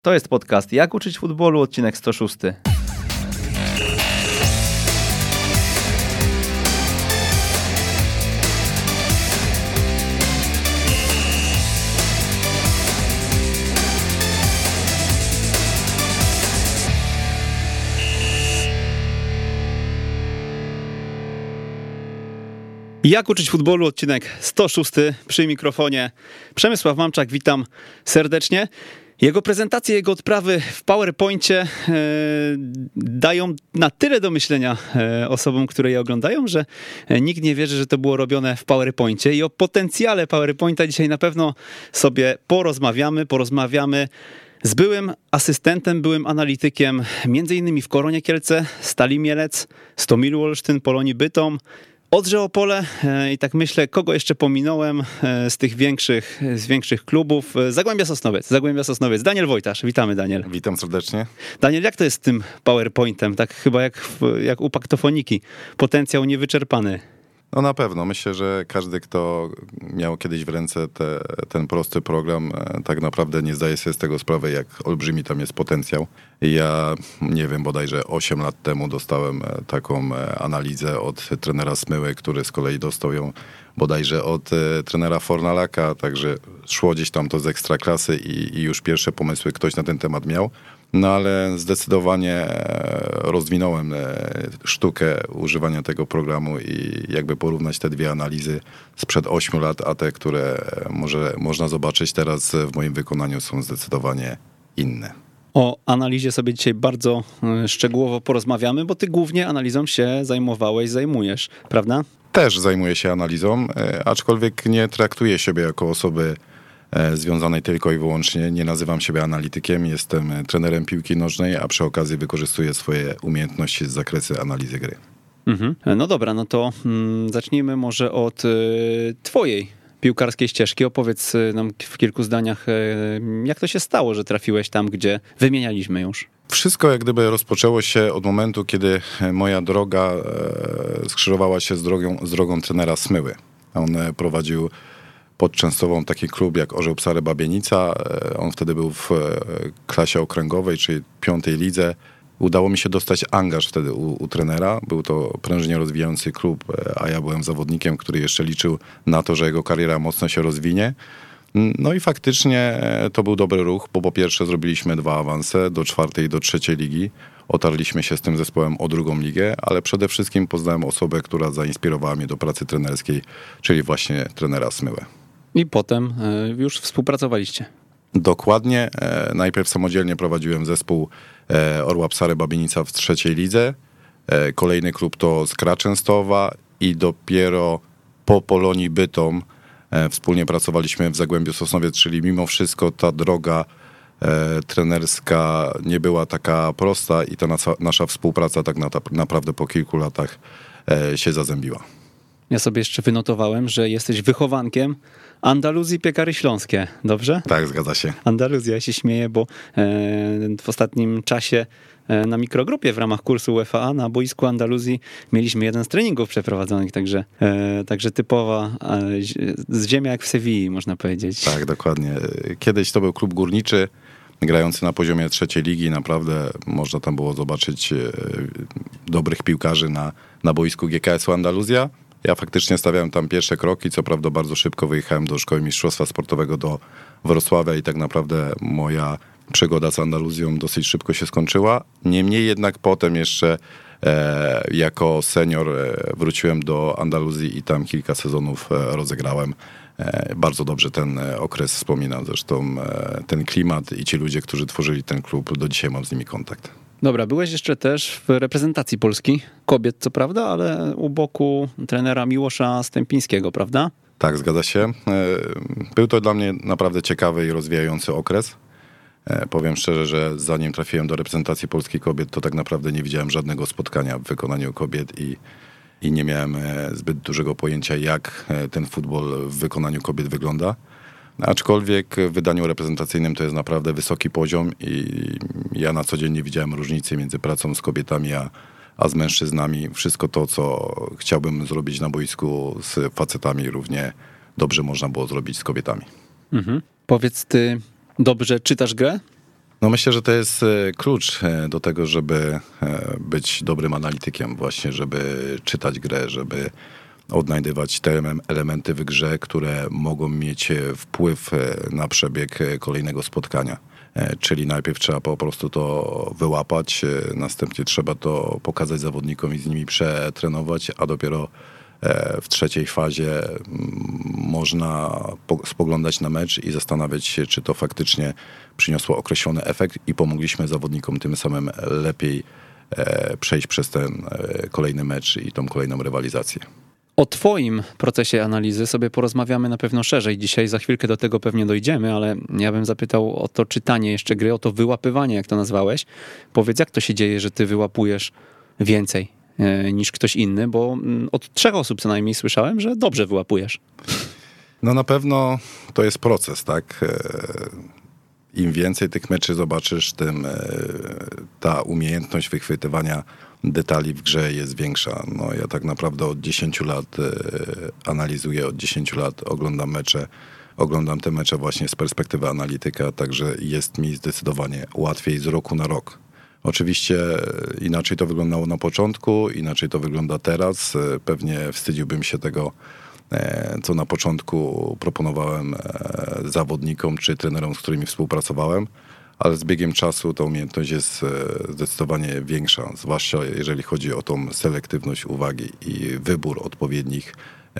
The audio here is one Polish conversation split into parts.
To jest podcast Jak uczyć futbolu, odcinek 106. Jak uczyć futbolu, odcinek 106. Przy mikrofonie Przemysław Mamczak, witam serdecznie. Jego prezentacje, jego odprawy w PowerPoincie dają na tyle do myślenia osobom, które je oglądają, że nikt nie wierzy, że to było robione w PowerPoincie. I o potencjale PowerPointa dzisiaj na pewno sobie porozmawiamy z byłym asystentem, byłym analitykiem, między innymi w Koronie Kielce, Stali Mielec, Stomilu Olsztyn, Polonii Bytom, Odrze Opole i tak myślę, kogo jeszcze pominąłem z tych większych klubów. Zagłębia Sosnowiec. Daniel Wojtasz, witamy Daniel. Witam serdecznie. Daniel, jak to jest z tym PowerPointem? Tak chyba jak u paktofoniki. Potencjał niewyczerpany. No na pewno. Myślę, że każdy, kto miał kiedyś w ręce ten prosty program, tak naprawdę nie zdaje sobie z tego sprawy, jak olbrzymi tam jest potencjał. Ja nie wiem, bodajże 8 lat temu dostałem taką analizę od trenera Smyły, który z kolei dostał ją bodajże od trenera Fornalaka, także szło gdzieś tam to z ekstraklasy i już pierwsze pomysły ktoś na ten temat miał. No ale zdecydowanie rozwinąłem sztukę używania tego programu i jakby porównać te dwie analizy sprzed 8 lat, a te, które można zobaczyć teraz w moim wykonaniu, są zdecydowanie inne. O analizie sobie dzisiaj bardzo szczegółowo porozmawiamy, bo ty głównie analizą się zajmujesz, prawda? Też zajmuję się analizą, aczkolwiek nie traktuję siebie jako osoby związanej tylko i wyłącznie. Nie nazywam siebie analitykiem, jestem trenerem piłki nożnej, a przy okazji wykorzystuję swoje umiejętności z zakresu analizy gry. No dobra, no to zacznijmy może od twojej piłkarskiej ścieżki. Opowiedz nam w kilku zdaniach, jak to się stało, że trafiłeś tam, gdzie wymienialiśmy już. Wszystko jak gdyby rozpoczęło się od momentu, kiedy moja droga skrzyżowała się z drogą trenera Smyły. On prowadził pod Częstową taki klub jak Orzeł Psary Babienica. On wtedy był w klasie okręgowej, czyli 5. lidze. Udało mi się dostać angaż wtedy u trenera. Był to prężnie rozwijający klub, a ja byłem zawodnikiem, który jeszcze liczył na to, że jego kariera mocno się rozwinie. No i faktycznie to był dobry ruch, bo po pierwsze zrobiliśmy 2 awanse do 4. i do 3. ligi. Otarliśmy się z tym zespołem o 2. ligę, ale przede wszystkim poznałem osobę, która zainspirowała mnie do pracy trenerskiej, czyli właśnie trenera Smyłę. I potem już współpracowaliście. Dokładnie. Najpierw samodzielnie prowadziłem zespół Orła Psary Babienica w 3. lidze. Kolejny klub to Skra Częstowa i dopiero po Polonii Bytom wspólnie pracowaliśmy w Zagłębiu Sosnowiec, czyli mimo wszystko ta droga trenerska nie była taka prosta i ta nasza współpraca tak naprawdę po kilku latach się zazębiła. Ja sobie jeszcze wynotowałem, że jesteś wychowankiem Andaluzji Piekary Śląskie, dobrze? Tak, zgadza się. Andaluzja, ja się śmieję, bo w ostatnim czasie na mikrogrupie w ramach kursu UEFA na boisku Andaluzji mieliśmy jeden z treningów przeprowadzonych, także typowa z ziemia jak w Sewilli, można powiedzieć. Tak, dokładnie. Kiedyś to był klub górniczy, grający na poziomie 3. ligi. Naprawdę można tam było zobaczyć dobrych piłkarzy na boisku GKS-u Andaluzja. Ja faktycznie stawiałem tam pierwsze kroki, co prawda bardzo szybko wyjechałem do Szkoły Mistrzostwa Sportowego do Wrocławia i tak naprawdę moja przygoda z Andaluzją dosyć szybko się skończyła. Niemniej jednak potem jeszcze jako senior wróciłem do Andaluzji i tam kilka sezonów rozegrałem. Bardzo dobrze ten okres wspominam, zresztą ten klimat i ci ludzie, którzy tworzyli ten klub, do dzisiaj mam z nimi kontakt. Dobra, byłeś jeszcze też w reprezentacji Polski, kobiet co prawda, ale u boku trenera Miłosza Stępińskiego, prawda? Tak, zgadza się. Był to dla mnie naprawdę ciekawy i rozwijający okres. Powiem szczerze, że zanim trafiłem do reprezentacji Polski kobiet, to tak naprawdę nie widziałem żadnego spotkania w wykonaniu kobiet i nie miałem zbyt dużego pojęcia, jak ten futbol w wykonaniu kobiet wygląda. Aczkolwiek w wydaniu reprezentacyjnym to jest naprawdę wysoki poziom i ja na co dzień nie widziałem różnicy między pracą z kobietami a z mężczyznami. Wszystko to, co chciałbym zrobić na boisku z facetami, równie dobrze można było zrobić z kobietami. Powiedz, ty dobrze czytasz grę? No myślę, że to jest klucz do tego, żeby być dobrym analitykiem właśnie, żeby czytać grę, żeby odnajdywać te elementy w grze, które mogą mieć wpływ na przebieg kolejnego spotkania. Czyli najpierw trzeba po prostu to wyłapać, następnie trzeba to pokazać zawodnikom i z nimi przetrenować, a dopiero w trzeciej fazie można spoglądać na mecz i zastanawiać się, czy to faktycznie przyniosło określony efekt i pomogliśmy zawodnikom tym samym lepiej przejść przez ten kolejny mecz i tą kolejną rywalizację. O twoim procesie analizy sobie porozmawiamy na pewno szerzej dzisiaj, za chwilkę do tego pewnie dojdziemy, ale ja bym zapytał o to czytanie jeszcze gry, o to wyłapywanie, jak to nazwałeś. Powiedz, jak to się dzieje, że ty wyłapujesz więcej niż ktoś inny, bo od 3 osób co najmniej słyszałem, że dobrze wyłapujesz. No na pewno to jest proces, tak? Im więcej tych meczy zobaczysz, tym ta umiejętność wychwytywania detali w grze jest większa. No ja tak naprawdę od 10 lat analizuję, od 10 lat oglądam mecze. Oglądam te mecze właśnie z perspektywy analityka, także jest mi zdecydowanie łatwiej z roku na rok. Oczywiście inaczej to wyglądało na początku, inaczej to wygląda teraz. Pewnie wstydziłbym się tego, co na początku proponowałem zawodnikom czy trenerom, z którymi współpracowałem, ale z biegiem czasu ta umiejętność jest zdecydowanie większa, zwłaszcza jeżeli chodzi o tą selektywność uwagi i wybór odpowiednich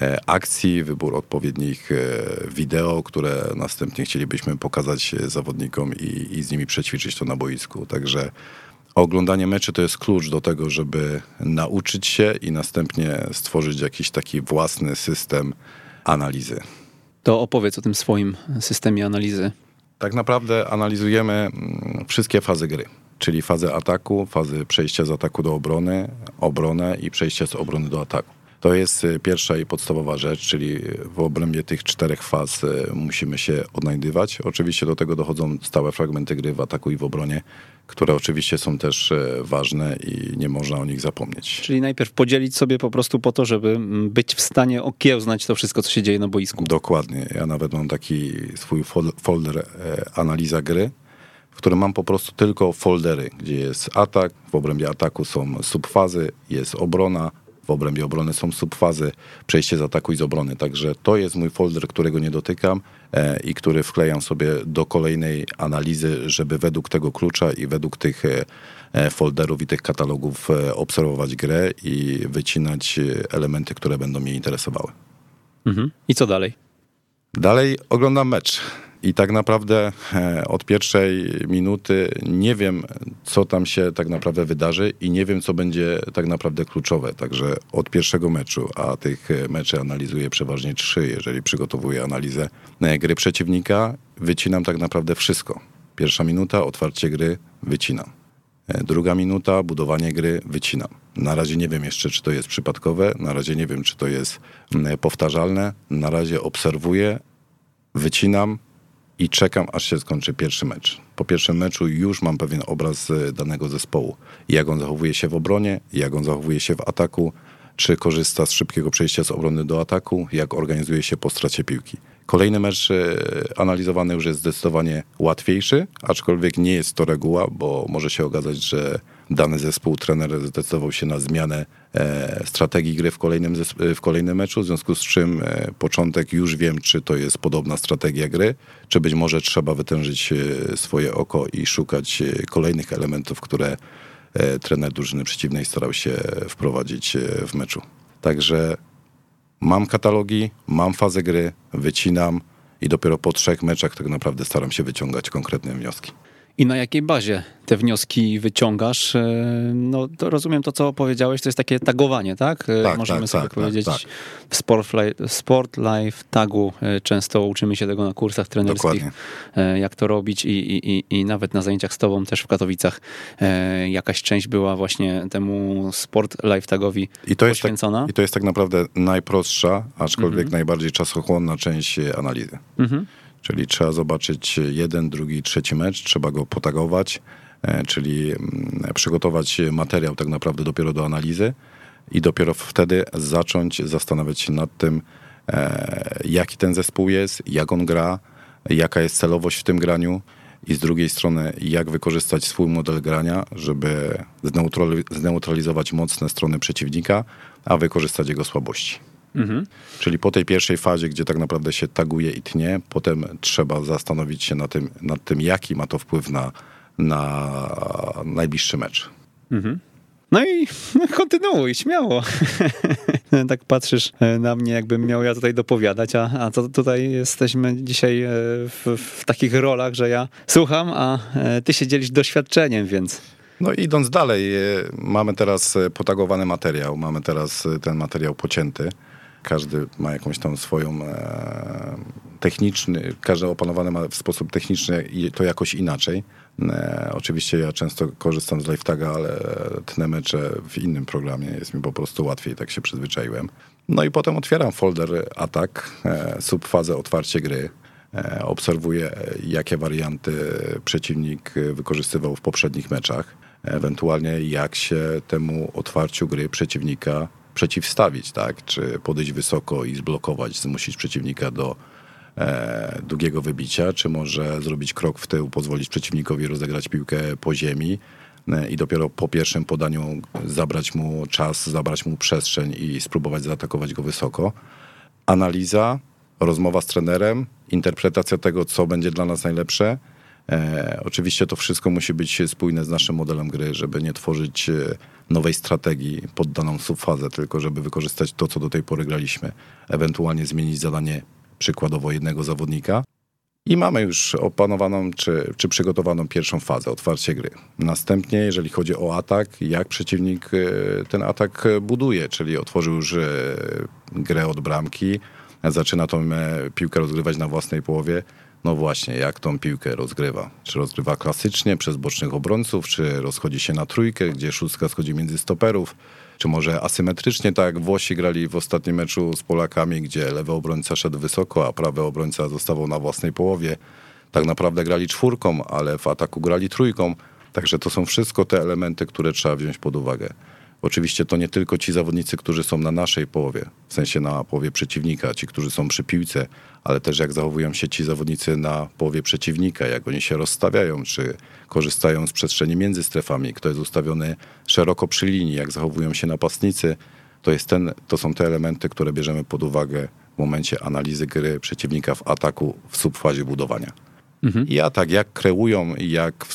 akcji, wybór odpowiednich wideo, które następnie chcielibyśmy pokazać zawodnikom i z nimi przećwiczyć to na boisku. Także oglądanie meczy to jest klucz do tego, żeby nauczyć się i następnie stworzyć jakiś taki własny system analizy. To opowiedz o tym swoim systemie analizy. Tak naprawdę analizujemy wszystkie fazy gry, czyli fazę ataku, fazy przejścia z ataku do obrony, obronę i przejścia z obrony do ataku. To jest pierwsza i podstawowa rzecz, czyli w obrębie tych 4 faz musimy się odnajdywać. Oczywiście do tego dochodzą stałe fragmenty gry w ataku i w obronie, które oczywiście są też ważne i nie można o nich zapomnieć. Czyli najpierw podzielić sobie po prostu po to, żeby być w stanie okiełznać to wszystko, co się dzieje na boisku. Dokładnie. Ja nawet mam taki swój folder analiza gry, w którym mam po prostu tylko foldery, gdzie jest atak, w obrębie ataku są subfazy, jest obrona, w obrębie obrony są subfazy, przejście z ataku i z obrony. Także to jest mój folder, którego nie dotykam i który wklejam sobie do kolejnej analizy, żeby według tego klucza i według tych folderów i tych katalogów obserwować grę i wycinać elementy, które będą mnie interesowały. Mhm. I co dalej? Dalej oglądam mecz. I tak naprawdę od pierwszej minuty nie wiem, co tam się tak naprawdę wydarzy i nie wiem, co będzie tak naprawdę kluczowe. Także od pierwszego meczu, a tych meczy analizuję przeważnie 3, jeżeli przygotowuję analizę gry przeciwnika, wycinam tak naprawdę wszystko. Pierwsza minuta, otwarcie gry, wycinam. Druga minuta, budowanie gry, wycinam. Na razie nie wiem jeszcze, czy to jest przypadkowe, na razie nie wiem, czy to jest powtarzalne, na razie obserwuję, wycinam, i czekam, aż się skończy pierwszy mecz. Po pierwszym meczu już mam pewien obraz danego zespołu. Jak on zachowuje się w obronie, jak on zachowuje się w ataku, czy korzysta z szybkiego przejścia z obrony do ataku, jak organizuje się po stracie piłki. Kolejny mecz analizowany już jest zdecydowanie łatwiejszy, aczkolwiek nie jest to reguła, bo może się okazać, że dany zespół, trener zdecydował się na zmianę strategii gry w kolejnym meczu, w związku z czym początek już wiem, czy to jest podobna strategia gry, czy być może trzeba wytężyć swoje oko i szukać kolejnych elementów, które trener drużyny przeciwnej starał się wprowadzić w meczu. Także mam katalogi, mam fazę gry, wycinam i dopiero po 3 meczach tak naprawdę staram się wyciągać konkretne wnioski. I na jakiej bazie te wnioski wyciągasz? No to rozumiem to, co powiedziałeś, to jest takie tagowanie, tak? Możemy sobie powiedzieć. Tak. W Sport Life tagu często uczymy się tego na kursach trenerskich. Dokładnie. Jak to robić i nawet na zajęciach z tobą też w Katowicach jakaś część była właśnie temu Sport Life tagowi poświęcona. I to jest tak naprawdę najprostsza, aczkolwiek najbardziej czasochłonna część analizy. Czyli trzeba zobaczyć 1, 2, 3 mecz, trzeba go potagować, czyli przygotować materiał tak naprawdę dopiero do analizy i dopiero wtedy zacząć zastanawiać się nad tym, jaki ten zespół jest, jak on gra, jaka jest celowość w tym graniu i z drugiej strony jak wykorzystać swój model grania, żeby zneutralizować mocne strony przeciwnika, a wykorzystać jego słabości. Czyli po tej pierwszej fazie, gdzie tak naprawdę się taguje i tnie, potem trzeba zastanowić się nad tym jaki ma to wpływ na najbliższy mecz. No i kontynuuj, śmiało. Tak patrzysz na mnie, jakbym miał ja tutaj dopowiadać, a to tutaj jesteśmy dzisiaj w takich rolach, że ja słucham, a ty się dzielisz doświadczeniem, więc... No idąc dalej, mamy teraz potagowany materiał, mamy teraz ten materiał pocięty. Każdy ma jakąś tam swoją każdy opanowany ma w sposób techniczny i to jakoś inaczej. Oczywiście ja często korzystam z LiveTaga, ale tnę mecze w innym programie, jest mi po prostu łatwiej, tak się przyzwyczaiłem. No i potem otwieram folder atak, subfazę otwarcie gry, obserwuję jakie warianty przeciwnik wykorzystywał w poprzednich meczach, ewentualnie jak się temu otwarciu gry przeciwnika przeciwstawić, tak? Czy podejść wysoko i zblokować, zmusić przeciwnika do długiego wybicia, czy może zrobić krok w tył, pozwolić przeciwnikowi rozegrać piłkę po ziemi i dopiero po pierwszym podaniu zabrać mu czas, zabrać mu przestrzeń i spróbować zaatakować go wysoko. Analiza, rozmowa z trenerem, interpretacja tego, co będzie dla nas najlepsze. Oczywiście to wszystko musi być spójne z naszym modelem gry, żeby nie tworzyć nowej strategii pod daną subfazę, tylko żeby wykorzystać to, co do tej pory graliśmy. Ewentualnie zmienić zadanie przykładowo jednego zawodnika i mamy już opanowaną czy przygotowaną pierwszą fazę, otwarcie gry. Następnie, jeżeli chodzi o atak, jak przeciwnik ten atak buduje, czyli otworzył już grę od bramki, zaczyna tą piłkę rozgrywać na własnej połowie. No właśnie, jak tą piłkę rozgrywa? Czy rozgrywa klasycznie przez bocznych obrońców, czy rozchodzi się na trójkę, gdzie szóstka schodzi między stoperów, czy może asymetrycznie, tak jak Włosi grali w ostatnim meczu z Polakami, gdzie lewy obrońca szedł wysoko, a prawy obrońca zostawał na własnej połowie. Tak naprawdę grali czwórką, ale w ataku grali trójką. Także to są wszystko te elementy, które trzeba wziąć pod uwagę. Oczywiście to nie tylko ci zawodnicy, którzy są na naszej połowie, w sensie na połowie przeciwnika, ci, którzy są przy piłce, ale też jak zachowują się ci zawodnicy na połowie przeciwnika, jak oni się rozstawiają, czy korzystają z przestrzeni między strefami, kto jest ustawiony szeroko przy linii, jak zachowują się napastnicy. To są te elementy, które bierzemy pod uwagę w momencie analizy gry przeciwnika w ataku w subfazie budowania. I atak, jak kreują i jak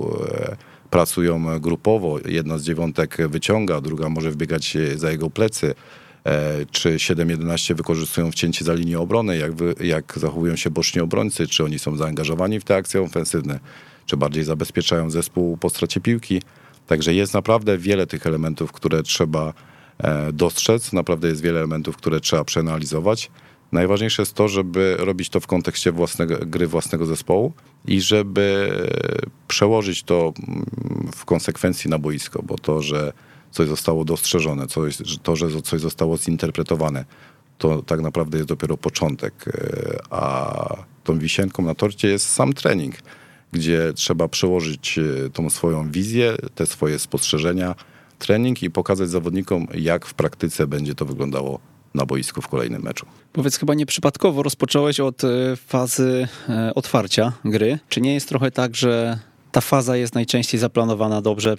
pracują grupowo, jedna z dziewiątek wyciąga, druga może wbiegać za jego plecy, czy 7-11 wykorzystują wcięcie za linię obrony, jak zachowują się boczni obrońcy, czy oni są zaangażowani w te akcje ofensywne, czy bardziej zabezpieczają zespół po stracie piłki. Także jest naprawdę wiele tych elementów, które trzeba dostrzec, naprawdę jest wiele elementów, które trzeba przeanalizować. Najważniejsze jest to, żeby robić to w kontekście gry własnego zespołu i żeby przełożyć to w konsekwencji na boisko, bo to, że coś zostało dostrzeżone, że coś zostało zinterpretowane, to tak naprawdę jest dopiero początek, a tą wisienką na torcie jest sam trening, gdzie trzeba przełożyć tą swoją wizję, te swoje spostrzeżenia, trening i pokazać zawodnikom, jak w praktyce będzie to wyglądało na boisku w kolejnym meczu. Powiedz, chyba nieprzypadkowo rozpocząłeś od fazy otwarcia gry. Czy nie jest trochę tak, że ta faza jest najczęściej zaplanowana dobrze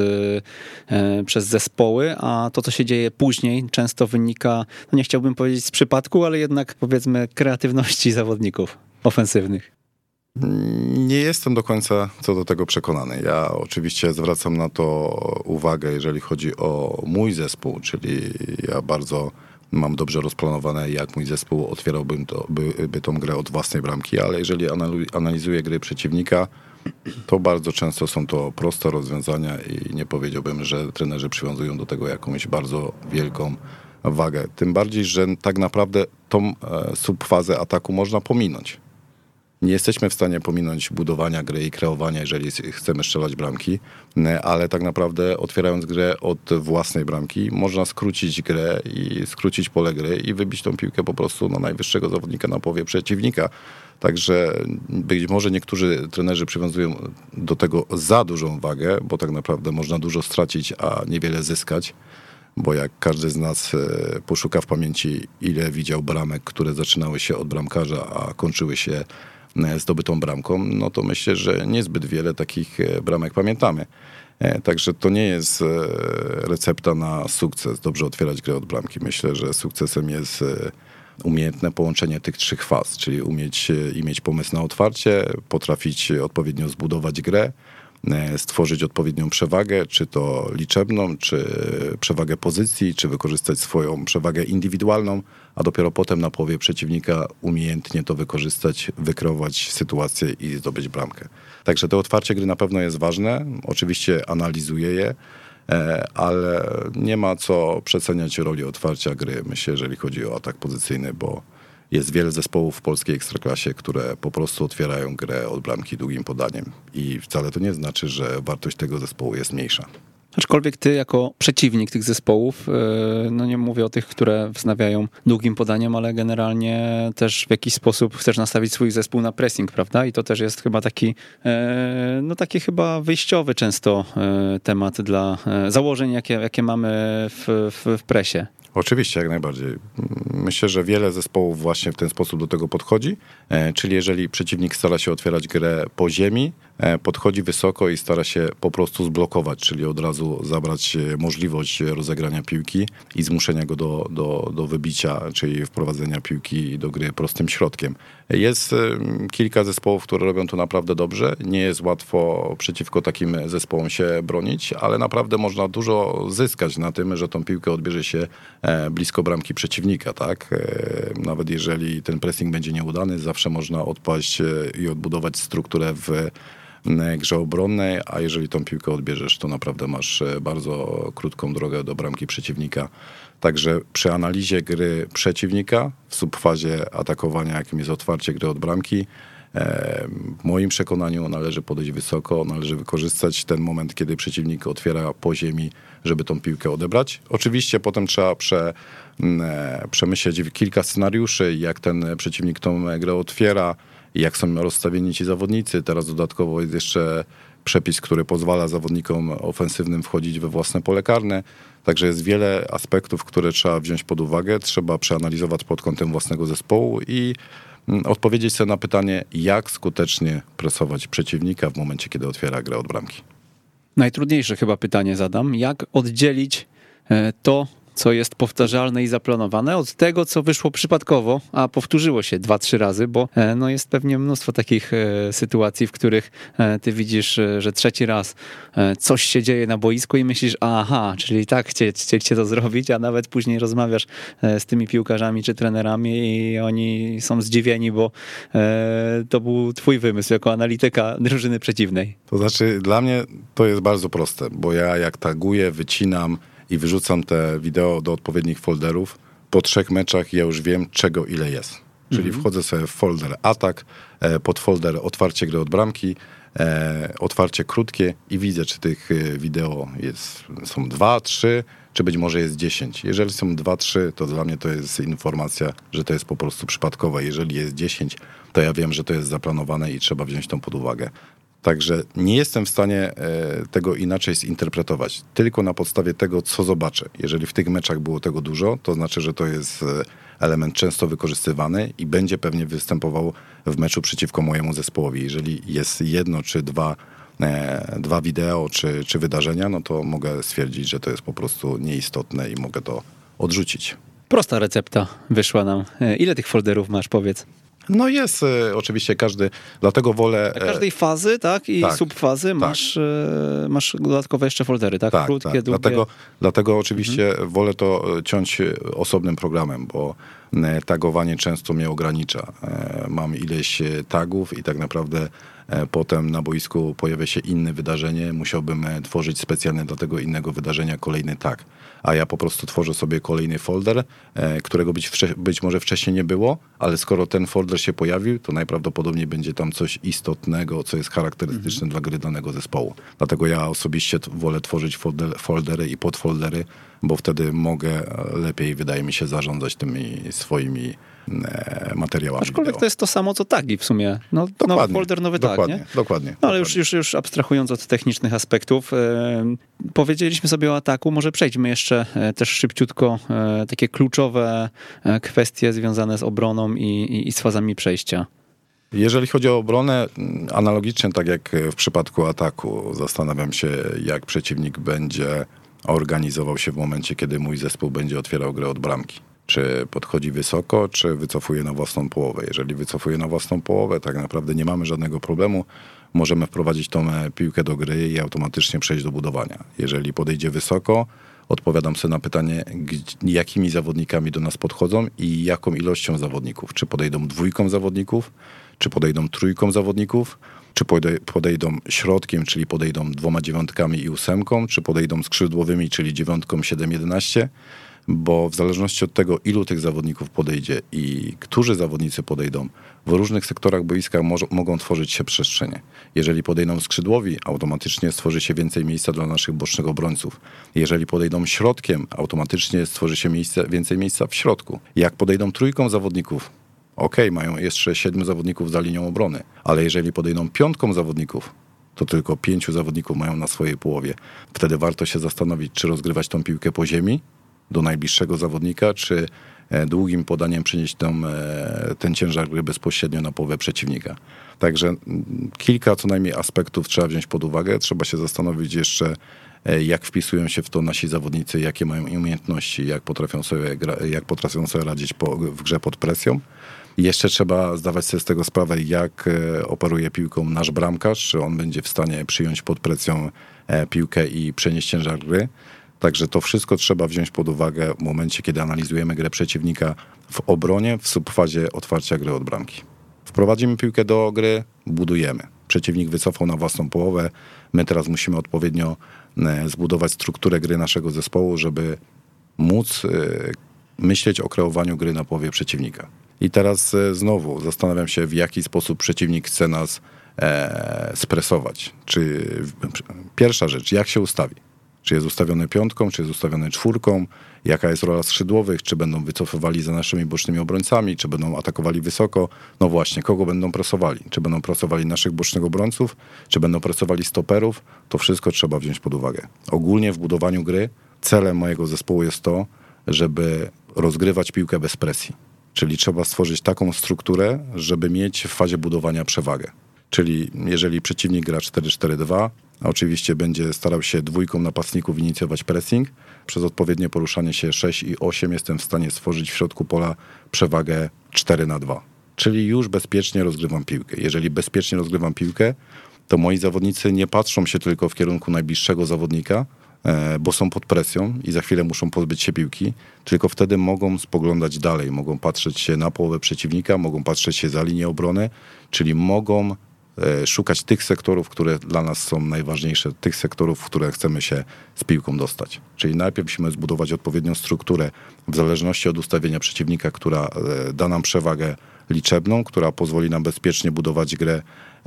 przez zespoły, a to, co się dzieje później, często wynika, no nie chciałbym powiedzieć z przypadku, ale jednak powiedzmy kreatywności zawodników ofensywnych? Nie jestem do końca co do tego przekonany. Ja oczywiście zwracam na to uwagę, jeżeli chodzi o mój zespół, czyli ja bardzo mam dobrze rozplanowane, jak mój zespół otwierałby tą grę od własnej bramki, ale jeżeli analizuję gry przeciwnika, to bardzo często są to proste rozwiązania i nie powiedziałbym, że trenerzy przywiązują do tego jakąś bardzo wielką wagę. Tym bardziej, że tak naprawdę tą subfazę ataku można pominąć. Nie jesteśmy w stanie pominąć budowania gry i kreowania, jeżeli chcemy strzelać bramki, ale tak naprawdę otwierając grę od własnej bramki można skrócić grę i skrócić pole gry i wybić tą piłkę po prostu na najwyższego zawodnika na połowie przeciwnika. Także być może niektórzy trenerzy przywiązują do tego za dużą wagę, bo tak naprawdę można dużo stracić, a niewiele zyskać. Bo jak każdy z nas poszuka w pamięci, ile widział bramek, które zaczynały się od bramkarza, a kończyły się zdobytą bramką, no to myślę, że niezbyt wiele takich bramek pamiętamy. Także to nie jest recepta na sukces, dobrze otwierać grę od bramki. Myślę, że sukcesem jest umiejętne połączenie tych 3 faz, czyli mieć pomysł na otwarcie, potrafić odpowiednio zbudować grę, stworzyć odpowiednią przewagę, czy to liczebną, czy przewagę pozycji, czy wykorzystać swoją przewagę indywidualną, a dopiero potem na połowie przeciwnika umiejętnie to wykorzystać, wykreować sytuację i zdobyć bramkę. Także to otwarcie gry na pewno jest ważne. Oczywiście analizuję je, ale nie ma co przeceniać roli otwarcia gry, myślę, jeżeli chodzi o atak pozycyjny, bo jest wiele zespołów w polskiej ekstraklasie, które po prostu otwierają grę od bramki długim podaniem i wcale to nie znaczy, że wartość tego zespołu jest mniejsza. Aczkolwiek ty jako przeciwnik tych zespołów, no nie mówię o tych, które wznawiają długim podaniem, ale generalnie też w jakiś sposób chcesz nastawić swój zespół na pressing, prawda? I to też jest chyba taki, no taki chyba wyjściowy często temat dla założeń, jakie mamy w presie. Oczywiście, jak najbardziej. Myślę, że wiele zespołów właśnie w ten sposób do tego podchodzi, czyli jeżeli przeciwnik stara się otwierać grę po ziemi, podchodzi wysoko i stara się po prostu zblokować, czyli od razu zabrać możliwość rozegrania piłki i zmuszenia go do wybicia, czyli wprowadzenia piłki do gry prostym środkiem. Jest kilka zespołów, które robią to naprawdę dobrze. Nie jest łatwo przeciwko takim zespołom się bronić, ale naprawdę można dużo zyskać na tym, że tą piłkę odbierze się blisko bramki przeciwnika, tak? Nawet jeżeli ten pressing będzie nieudany, zawsze można odpaść i odbudować strukturę w grze obronnej, a jeżeli tą piłkę odbierzesz, to naprawdę masz bardzo krótką drogę do bramki przeciwnika. Także przy analizie gry przeciwnika w subfazie atakowania, jakim jest otwarcie gry od bramki, w moim przekonaniu należy podejść wysoko, należy wykorzystać ten moment, kiedy przeciwnik otwiera po ziemi, żeby tą piłkę odebrać. Oczywiście potem trzeba przemyśleć kilka scenariuszy, jak ten przeciwnik tą grę otwiera, jak są rozstawieni ci zawodnicy. Teraz dodatkowo jest jeszcze przepis, który pozwala zawodnikom ofensywnym wchodzić we własne pole karne. Także jest wiele aspektów, które trzeba wziąć pod uwagę. Trzeba przeanalizować pod kątem własnego zespołu i odpowiedzieć sobie na pytanie, jak skutecznie presować przeciwnika w momencie, kiedy otwiera grę od bramki. Najtrudniejsze chyba pytanie zadam. Jak oddzielić to, co jest powtarzalne i zaplanowane, od tego, co wyszło przypadkowo, a powtórzyło się 2-3 razy, bo no jest pewnie mnóstwo takich sytuacji, w których ty widzisz, że 3. raz coś się dzieje na boisku i myślisz, aha, czyli tak chcieliście to zrobić, a nawet później rozmawiasz z tymi piłkarzami czy trenerami i oni są zdziwieni, bo to był twój wymysł jako analityka drużyny przeciwnej. To znaczy, dla mnie to jest bardzo proste, bo ja jak taguję, wycinam i wyrzucam te wideo do odpowiednich folderów, po 3 meczach ja już wiem, czego ile jest. Czyli wchodzę sobie w folder atak, pod folder otwarcie gry od bramki, otwarcie krótkie i widzę, czy tych wideo są 2, 3, czy być może jest 10. Jeżeli są 2, 3, to dla mnie to jest informacja, że to jest po prostu przypadkowe. Jeżeli jest 10, to ja wiem, że to jest zaplanowane i trzeba wziąć to pod uwagę. Także nie jestem w stanie tego inaczej zinterpretować. Tylko na podstawie tego, co zobaczę. Jeżeli w tych meczach było tego dużo, to znaczy, że to jest element często wykorzystywany i będzie pewnie występował w meczu przeciwko mojemu zespołowi. Jeżeli jest 1 czy 2 wideo czy wydarzenia, no to mogę stwierdzić, że to jest po prostu nieistotne i mogę to odrzucić. Prosta recepta wyszła nam. Ile tych folderów masz, powiedz? No jest oczywiście każdy, dlatego wolę... Każdej fazy, tak? I subfazy tak. Masz dodatkowe jeszcze foldery, tak? Tak, Krótkie, długie. Dlatego oczywiście wolę to ciąć osobnym programem, bo tagowanie często mnie ogranicza. Mam ileś tagów i tak naprawdę potem na boisku pojawia się inne wydarzenie. Musiałbym tworzyć specjalnie dla tego innego wydarzenia kolejny tag. A ja po prostu tworzę sobie kolejny folder, którego być może wcześniej nie było, ale skoro ten folder się pojawił, to najprawdopodobniej będzie tam coś istotnego, co jest charakterystyczne dla gry danego zespołu. Dlatego ja osobiście wolę tworzyć foldery i podfoldery, bo wtedy mogę lepiej, wydaje mi się, zarządzać tymi swoimi materiałami. Aczkolwiek wideo. to jest to samo, co tagi w sumie. Nowy folder, nowy tag, nie? Dokładnie. No, ale już abstrahując od technicznych aspektów, powiedzieliśmy sobie o ataku, może przejdźmy jeszcze też szybciutko takie kluczowe kwestie związane z obroną i z fazami przejścia. Jeżeli chodzi o obronę, analogicznie tak jak w przypadku ataku, zastanawiam się, jak przeciwnik będzie organizował się w momencie, kiedy mój zespół będzie otwierał grę od bramki. Czy podchodzi wysoko, czy wycofuje na własną połowę. Jeżeli wycofuje na własną połowę, tak naprawdę nie mamy żadnego problemu. Możemy wprowadzić tą piłkę do gry i automatycznie przejść do budowania. Jeżeli podejdzie wysoko, odpowiadam sobie na pytanie, jakimi zawodnikami do nas podchodzą i jaką ilością zawodników. Czy podejdą 2 zawodników, czy podejdą 3 zawodników, czy podejdą środkiem, czyli podejdą 2 dziewiątkami i 8, czy podejdą skrzydłowymi, czyli 9, 7, 11, bo w zależności od tego, ilu tych zawodników podejdzie i którzy zawodnicy podejdą, w różnych sektorach boiska mogą tworzyć się przestrzenie. Jeżeli podejdą skrzydłowi, automatycznie stworzy się więcej miejsca dla naszych bocznych obrońców. Jeżeli podejdą środkiem, automatycznie stworzy się więcej miejsca w środku. Jak podejdą 3 zawodników, mają jeszcze 7 zawodników za linią obrony, ale jeżeli podejdą 5 zawodników, to tylko 5 zawodników mają na swojej połowie. Wtedy warto się zastanowić, czy rozgrywać tą piłkę po ziemi do najbliższego zawodnika, czy długim podaniem przenieść ten ciężar gry bezpośrednio na połowę przeciwnika. Także kilka co najmniej aspektów trzeba wziąć pod uwagę. Trzeba się zastanowić jeszcze, jak wpisują się w to nasi zawodnicy, jakie mają umiejętności, jak potrafią sobie radzić w grze pod presją. Jeszcze trzeba zdawać sobie z tego sprawę, jak operuje piłką nasz bramkarz, czy on będzie w stanie przyjąć pod presją piłkę i przenieść ciężar gry. Także to wszystko trzeba wziąć pod uwagę w momencie, kiedy analizujemy grę przeciwnika w obronie, w subfazie otwarcia gry od bramki. Wprowadzimy piłkę do gry, budujemy. Przeciwnik wycofał na własną połowę. My teraz musimy odpowiednio zbudować strukturę gry naszego zespołu, żeby móc myśleć o kreowaniu gry na połowie przeciwnika. I teraz znowu zastanawiam się, w jaki sposób przeciwnik chce nas stresować. Pierwsza rzecz, jak się ustawi? Czy jest ustawiony 5, czy jest ustawiony 4? Jaka jest rola skrzydłowych? Czy będą wycofywali za naszymi bocznymi obrońcami? Czy będą atakowali wysoko? No właśnie, kogo będą presowali? Czy będą presowali naszych bocznych obrońców? Czy będą presowali stoperów? To wszystko trzeba wziąć pod uwagę. Ogólnie w budowaniu gry celem mojego zespołu jest to, żeby rozgrywać piłkę bez presji. Czyli trzeba stworzyć taką strukturę, żeby mieć w fazie budowania przewagę. Czyli jeżeli przeciwnik gra 4-4-2, oczywiście będzie starał się 2 napastników inicjować pressing. Przez odpowiednie poruszanie się 6 i 8 jestem w stanie stworzyć w środku pola przewagę 4-2. Czyli już bezpiecznie rozgrywam piłkę. Jeżeli bezpiecznie rozgrywam piłkę, to moi zawodnicy nie patrzą się tylko w kierunku najbliższego zawodnika, bo są pod presją i za chwilę muszą pozbyć się piłki, tylko wtedy mogą spoglądać dalej, mogą patrzeć się na połowę przeciwnika, mogą patrzeć się za linię obrony, czyli mogą szukać tych sektorów, które dla nas są najważniejsze, tych sektorów, w które chcemy się z piłką dostać. Czyli najpierw musimy zbudować odpowiednią strukturę w zależności od ustawienia przeciwnika, która da nam przewagę liczebną, która pozwoli nam bezpiecznie budować grę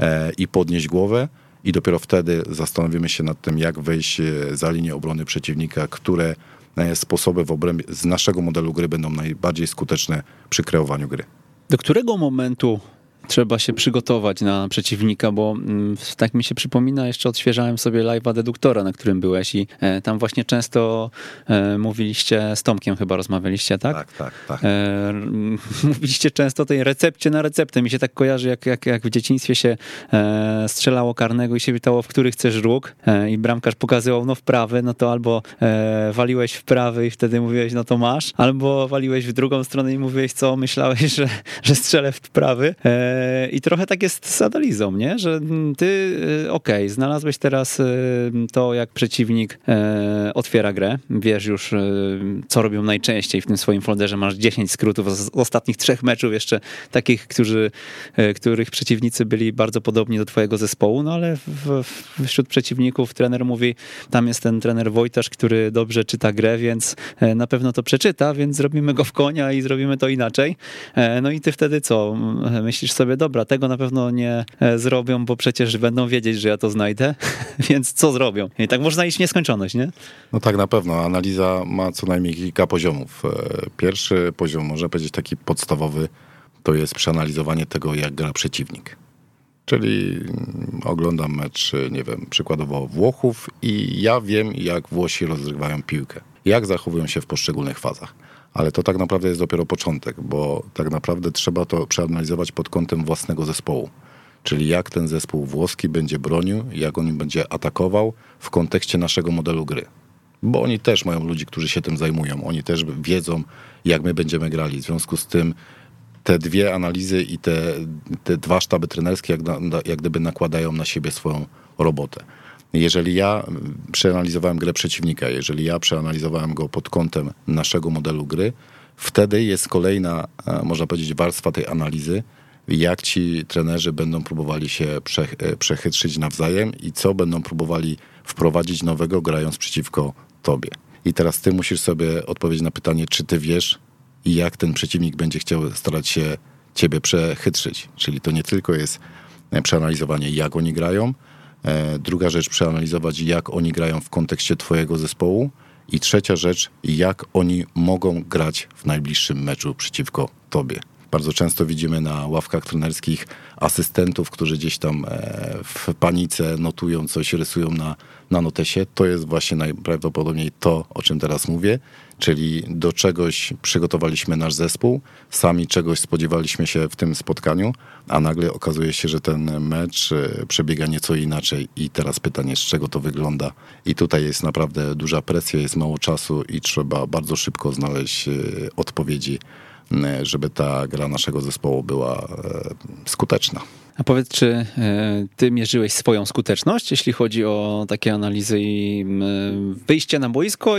i podnieść głowę i dopiero wtedy zastanowimy się nad tym, jak wejść za linię obrony przeciwnika, które sposoby w obrębie z naszego modelu gry będą najbardziej skuteczne przy kreowaniu gry. Do którego momentu trzeba się przygotować na przeciwnika, bo tak mi się przypomina, jeszcze odświeżałem sobie live'a Deduktora, na którym byłeś i tam właśnie często mówiliście, z Tomkiem chyba rozmawialiście, tak? Tak. Mówiliście często o tej recepcie na receptę. Mi się tak kojarzy, jak w dzieciństwie się strzelało karnego i się pytało, w który chcesz róg i bramkarz pokazywał, w prawy, no to albo waliłeś w prawy i wtedy mówiłeś, no to masz, albo waliłeś w drugą stronę i mówiłeś, co myślałeś, że strzelę w prawy. I trochę tak jest z analizą, nie? Że ty, znalazłeś teraz to, jak przeciwnik otwiera grę. Wiesz już, co robią najczęściej w tym swoim folderze. Masz 10 skrótów z ostatnich 3 meczów, jeszcze takich, których przeciwnicy byli bardzo podobni do twojego zespołu, no ale wśród przeciwników trener mówi, tam jest ten trener Wojtasz, który dobrze czyta grę, więc na pewno to przeczyta, więc zrobimy go w konia i zrobimy to inaczej. No i ty wtedy co? Myślisz sobie, dobra, tego na pewno nie zrobią, bo przecież będą wiedzieć, że ja to znajdę, więc co zrobią? I tak można iść w nieskończoność, nie? No tak, na pewno. Analiza ma co najmniej kilka poziomów. Pierwszy poziom, można powiedzieć taki podstawowy, to jest przeanalizowanie tego, jak gra przeciwnik. Czyli oglądam mecz, nie wiem, przykładowo Włochów i ja wiem, jak Włosi rozgrywają piłkę. Jak zachowują się w poszczególnych fazach. Ale to tak naprawdę jest dopiero początek, bo tak naprawdę trzeba to przeanalizować pod kątem własnego zespołu. Czyli jak ten zespół włoski będzie bronił, jak on będzie atakował w kontekście naszego modelu gry. Bo oni też mają ludzi, którzy się tym zajmują. Oni też wiedzą, jak my będziemy grali. W związku z tym te dwie analizy i te dwa sztaby trenerskie jak gdyby nakładają na siebie swoją robotę. Jeżeli ja przeanalizowałem grę przeciwnika, jeżeli ja przeanalizowałem go pod kątem naszego modelu gry, wtedy jest kolejna, można powiedzieć, warstwa tej analizy, jak ci trenerzy będą próbowali się przechytrzyć nawzajem i co będą próbowali wprowadzić nowego, grając przeciwko tobie. I teraz ty musisz sobie odpowiedzieć na pytanie, czy ty wiesz, jak ten przeciwnik będzie chciał starać się ciebie przechytrzyć. Czyli to nie tylko jest przeanalizowanie, jak oni grają. Druga rzecz, przeanalizować, jak oni grają w kontekście twojego zespołu. I trzecia rzecz, jak oni mogą grać w najbliższym meczu przeciwko tobie. Bardzo często widzimy na ławkach trenerskich asystentów, którzy gdzieś tam w panice notują coś, rysują na notesie. To jest właśnie najprawdopodobniej to, o czym teraz mówię, czyli do czegoś przygotowaliśmy nasz zespół, sami czegoś spodziewaliśmy się w tym spotkaniu, a nagle okazuje się, że ten mecz przebiega nieco inaczej i teraz pytanie, z czego to wygląda. I tutaj jest naprawdę duża presja, jest mało czasu i trzeba bardzo szybko znaleźć odpowiedzi, żeby ta gra naszego zespołu była skuteczna. A powiedz, czy ty mierzyłeś swoją skuteczność, jeśli chodzi o takie analizy i wyjście na boisko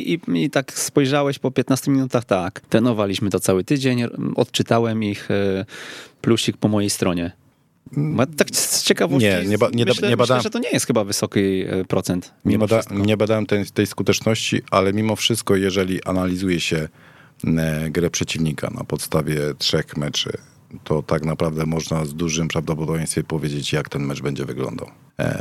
i tak spojrzałeś po 15 minutach, tak, trenowaliśmy to cały tydzień, odczytałem ich, plusik po mojej stronie. Tak z ciekawości, myślę, że to nie jest chyba wysoki procent. Nie badałem tej skuteczności, ale mimo wszystko, jeżeli analizuje się grę przeciwnika na podstawie 3 meczy, to tak naprawdę można z dużym prawdopodobieństwem powiedzieć, jak ten mecz będzie wyglądał.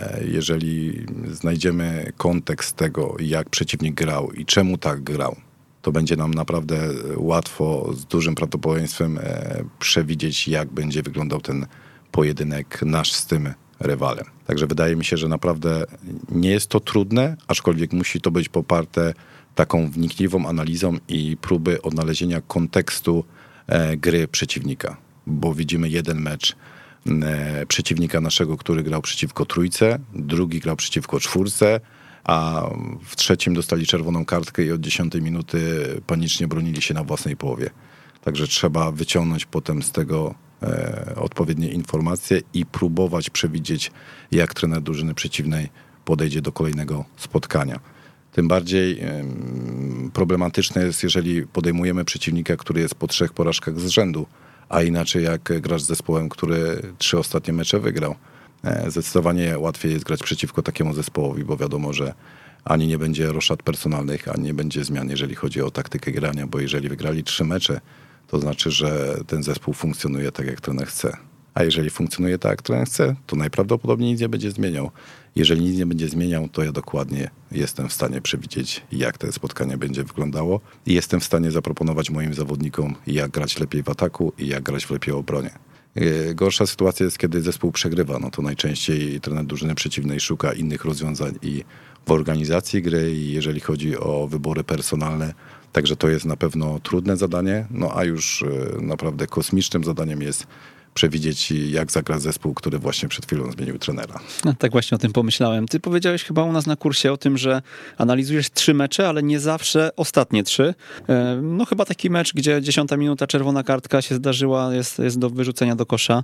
Jeżeli znajdziemy kontekst tego, jak przeciwnik grał i czemu tak grał, to będzie nam naprawdę łatwo z dużym prawdopodobieństwem przewidzieć, jak będzie wyglądał ten pojedynek nasz z tym rywalem. Także wydaje mi się, że naprawdę nie jest to trudne, aczkolwiek musi to być poparte taką wnikliwą analizą i próby odnalezienia kontekstu gry przeciwnika. Bo widzimy jeden mecz przeciwnika naszego, który grał przeciwko trójce, drugi grał przeciwko 4, a w trzecim dostali czerwoną kartkę i od 10 minuty panicznie bronili się na własnej połowie. Także trzeba wyciągnąć potem z tego odpowiednie informacje i próbować przewidzieć, jak trener drużyny przeciwnej podejdzie do kolejnego spotkania. Tym bardziej problematyczne jest, jeżeli podejmujemy przeciwnika, który jest po 3 porażkach z rzędu, a inaczej jak grasz z zespołem, który 3 ostatnie mecze wygrał. Zdecydowanie łatwiej jest grać przeciwko takiemu zespołowi, bo wiadomo, że ani nie będzie roszad personalnych, ani nie będzie zmian, jeżeli chodzi o taktykę grania, bo jeżeli wygrali 3 mecze, to znaczy, że ten zespół funkcjonuje tak, jak trener chce. A jeżeli funkcjonuje tak, jak trener chce, to najprawdopodobniej nic nie będzie zmieniał. Jeżeli nic nie będzie zmieniał, to ja dokładnie jestem w stanie przewidzieć, jak to spotkanie będzie wyglądało i jestem w stanie zaproponować moim zawodnikom, jak grać lepiej w ataku i jak grać lepiej w obronie. Gorsza sytuacja jest, kiedy zespół przegrywa, no to najczęściej trener drużyny przeciwnej szuka innych rozwiązań i w organizacji gry, i jeżeli chodzi o wybory personalne. Także to jest na pewno trudne zadanie, no a już naprawdę kosmicznym zadaniem jest przewidzieć, jak zagra zespół, który właśnie przed chwilą zmienił trenera. No, tak właśnie o tym pomyślałem. Ty powiedziałeś chyba u nas na kursie o tym, że analizujesz 3 mecze, ale nie zawsze ostatnie 3. No chyba taki mecz, gdzie 10 minuta czerwona kartka się zdarzyła, jest do wyrzucenia do kosza,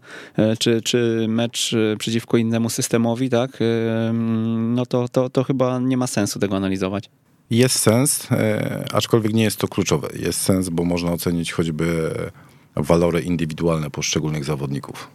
czy mecz przeciwko innemu systemowi, tak? No to chyba nie ma sensu tego analizować. Jest sens, aczkolwiek nie jest to kluczowe. Jest sens, bo można ocenić choćby walory indywidualne poszczególnych zawodników.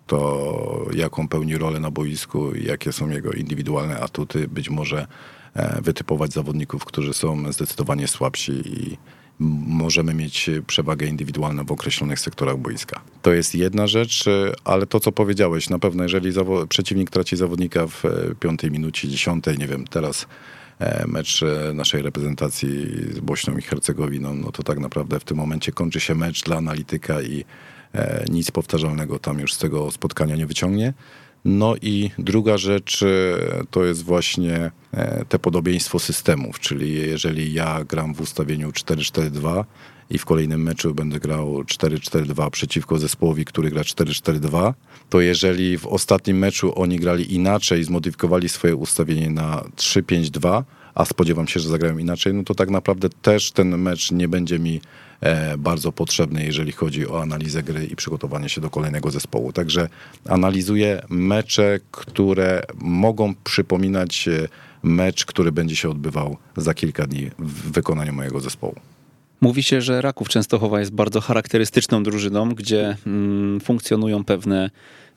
To jaką pełni rolę na boisku i jakie są jego indywidualne atuty. Być może wytypować zawodników, którzy są zdecydowanie słabsi i możemy mieć przewagę indywidualną w określonych sektorach boiska. To jest jedna rzecz, ale to, co powiedziałeś, na pewno jeżeli przeciwnik traci zawodnika w 5 minucie, 10, nie wiem, teraz mecz naszej reprezentacji z Bośnią i Hercegowiną, no to tak naprawdę w tym momencie kończy się mecz dla analityka i nic powtarzalnego tam już z tego spotkania nie wyciągnie. No i druga rzecz to jest właśnie te podobieństwo systemów, czyli jeżeli ja gram w ustawieniu 4-4-2 i w kolejnym meczu będę grał 4-4-2 przeciwko zespołowi, który gra 4-4-2, to jeżeli w ostatnim meczu oni grali inaczej, zmodyfikowali swoje ustawienie na 3-5-2, a spodziewam się, że zagrają inaczej, no to tak naprawdę też ten mecz nie będzie mi bardzo potrzebny, jeżeli chodzi o analizę gry i przygotowanie się do kolejnego zespołu. Także analizuję mecze, które mogą przypominać mecz, który będzie się odbywał za kilka dni w wykonaniu mojego zespołu. Mówi się, że Raków Częstochowa jest bardzo charakterystyczną drużyną, gdzie funkcjonują pewne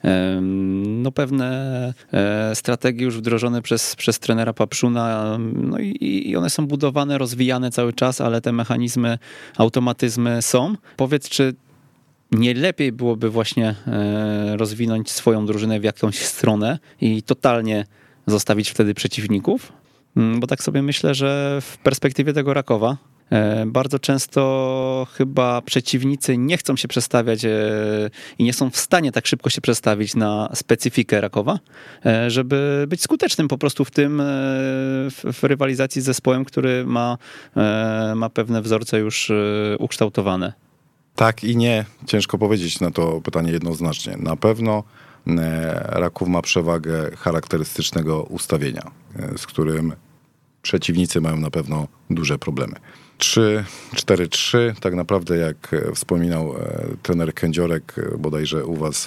strategie już wdrożone przez trenera Papszuna, no i one są budowane, rozwijane cały czas, ale te mechanizmy, automatyzmy są. Powiedz, czy nie lepiej byłoby właśnie rozwinąć swoją drużynę w jakąś stronę i totalnie zostawić wtedy przeciwników? Bo tak sobie myślę, że w perspektywie tego Rakowa bardzo często chyba przeciwnicy nie chcą się przestawiać i nie są w stanie tak szybko się przestawić na specyfikę Rakowa, żeby być skutecznym po prostu w tym, w rywalizacji z zespołem, który ma pewne wzorce już ukształtowane. Tak i nie. Ciężko powiedzieć na to pytanie jednoznacznie. Na pewno Raków ma przewagę charakterystycznego ustawienia, z którym przeciwnicy mają na pewno duże problemy. 3-4-3, tak naprawdę jak wspominał trener Kędziorek, bodajże u was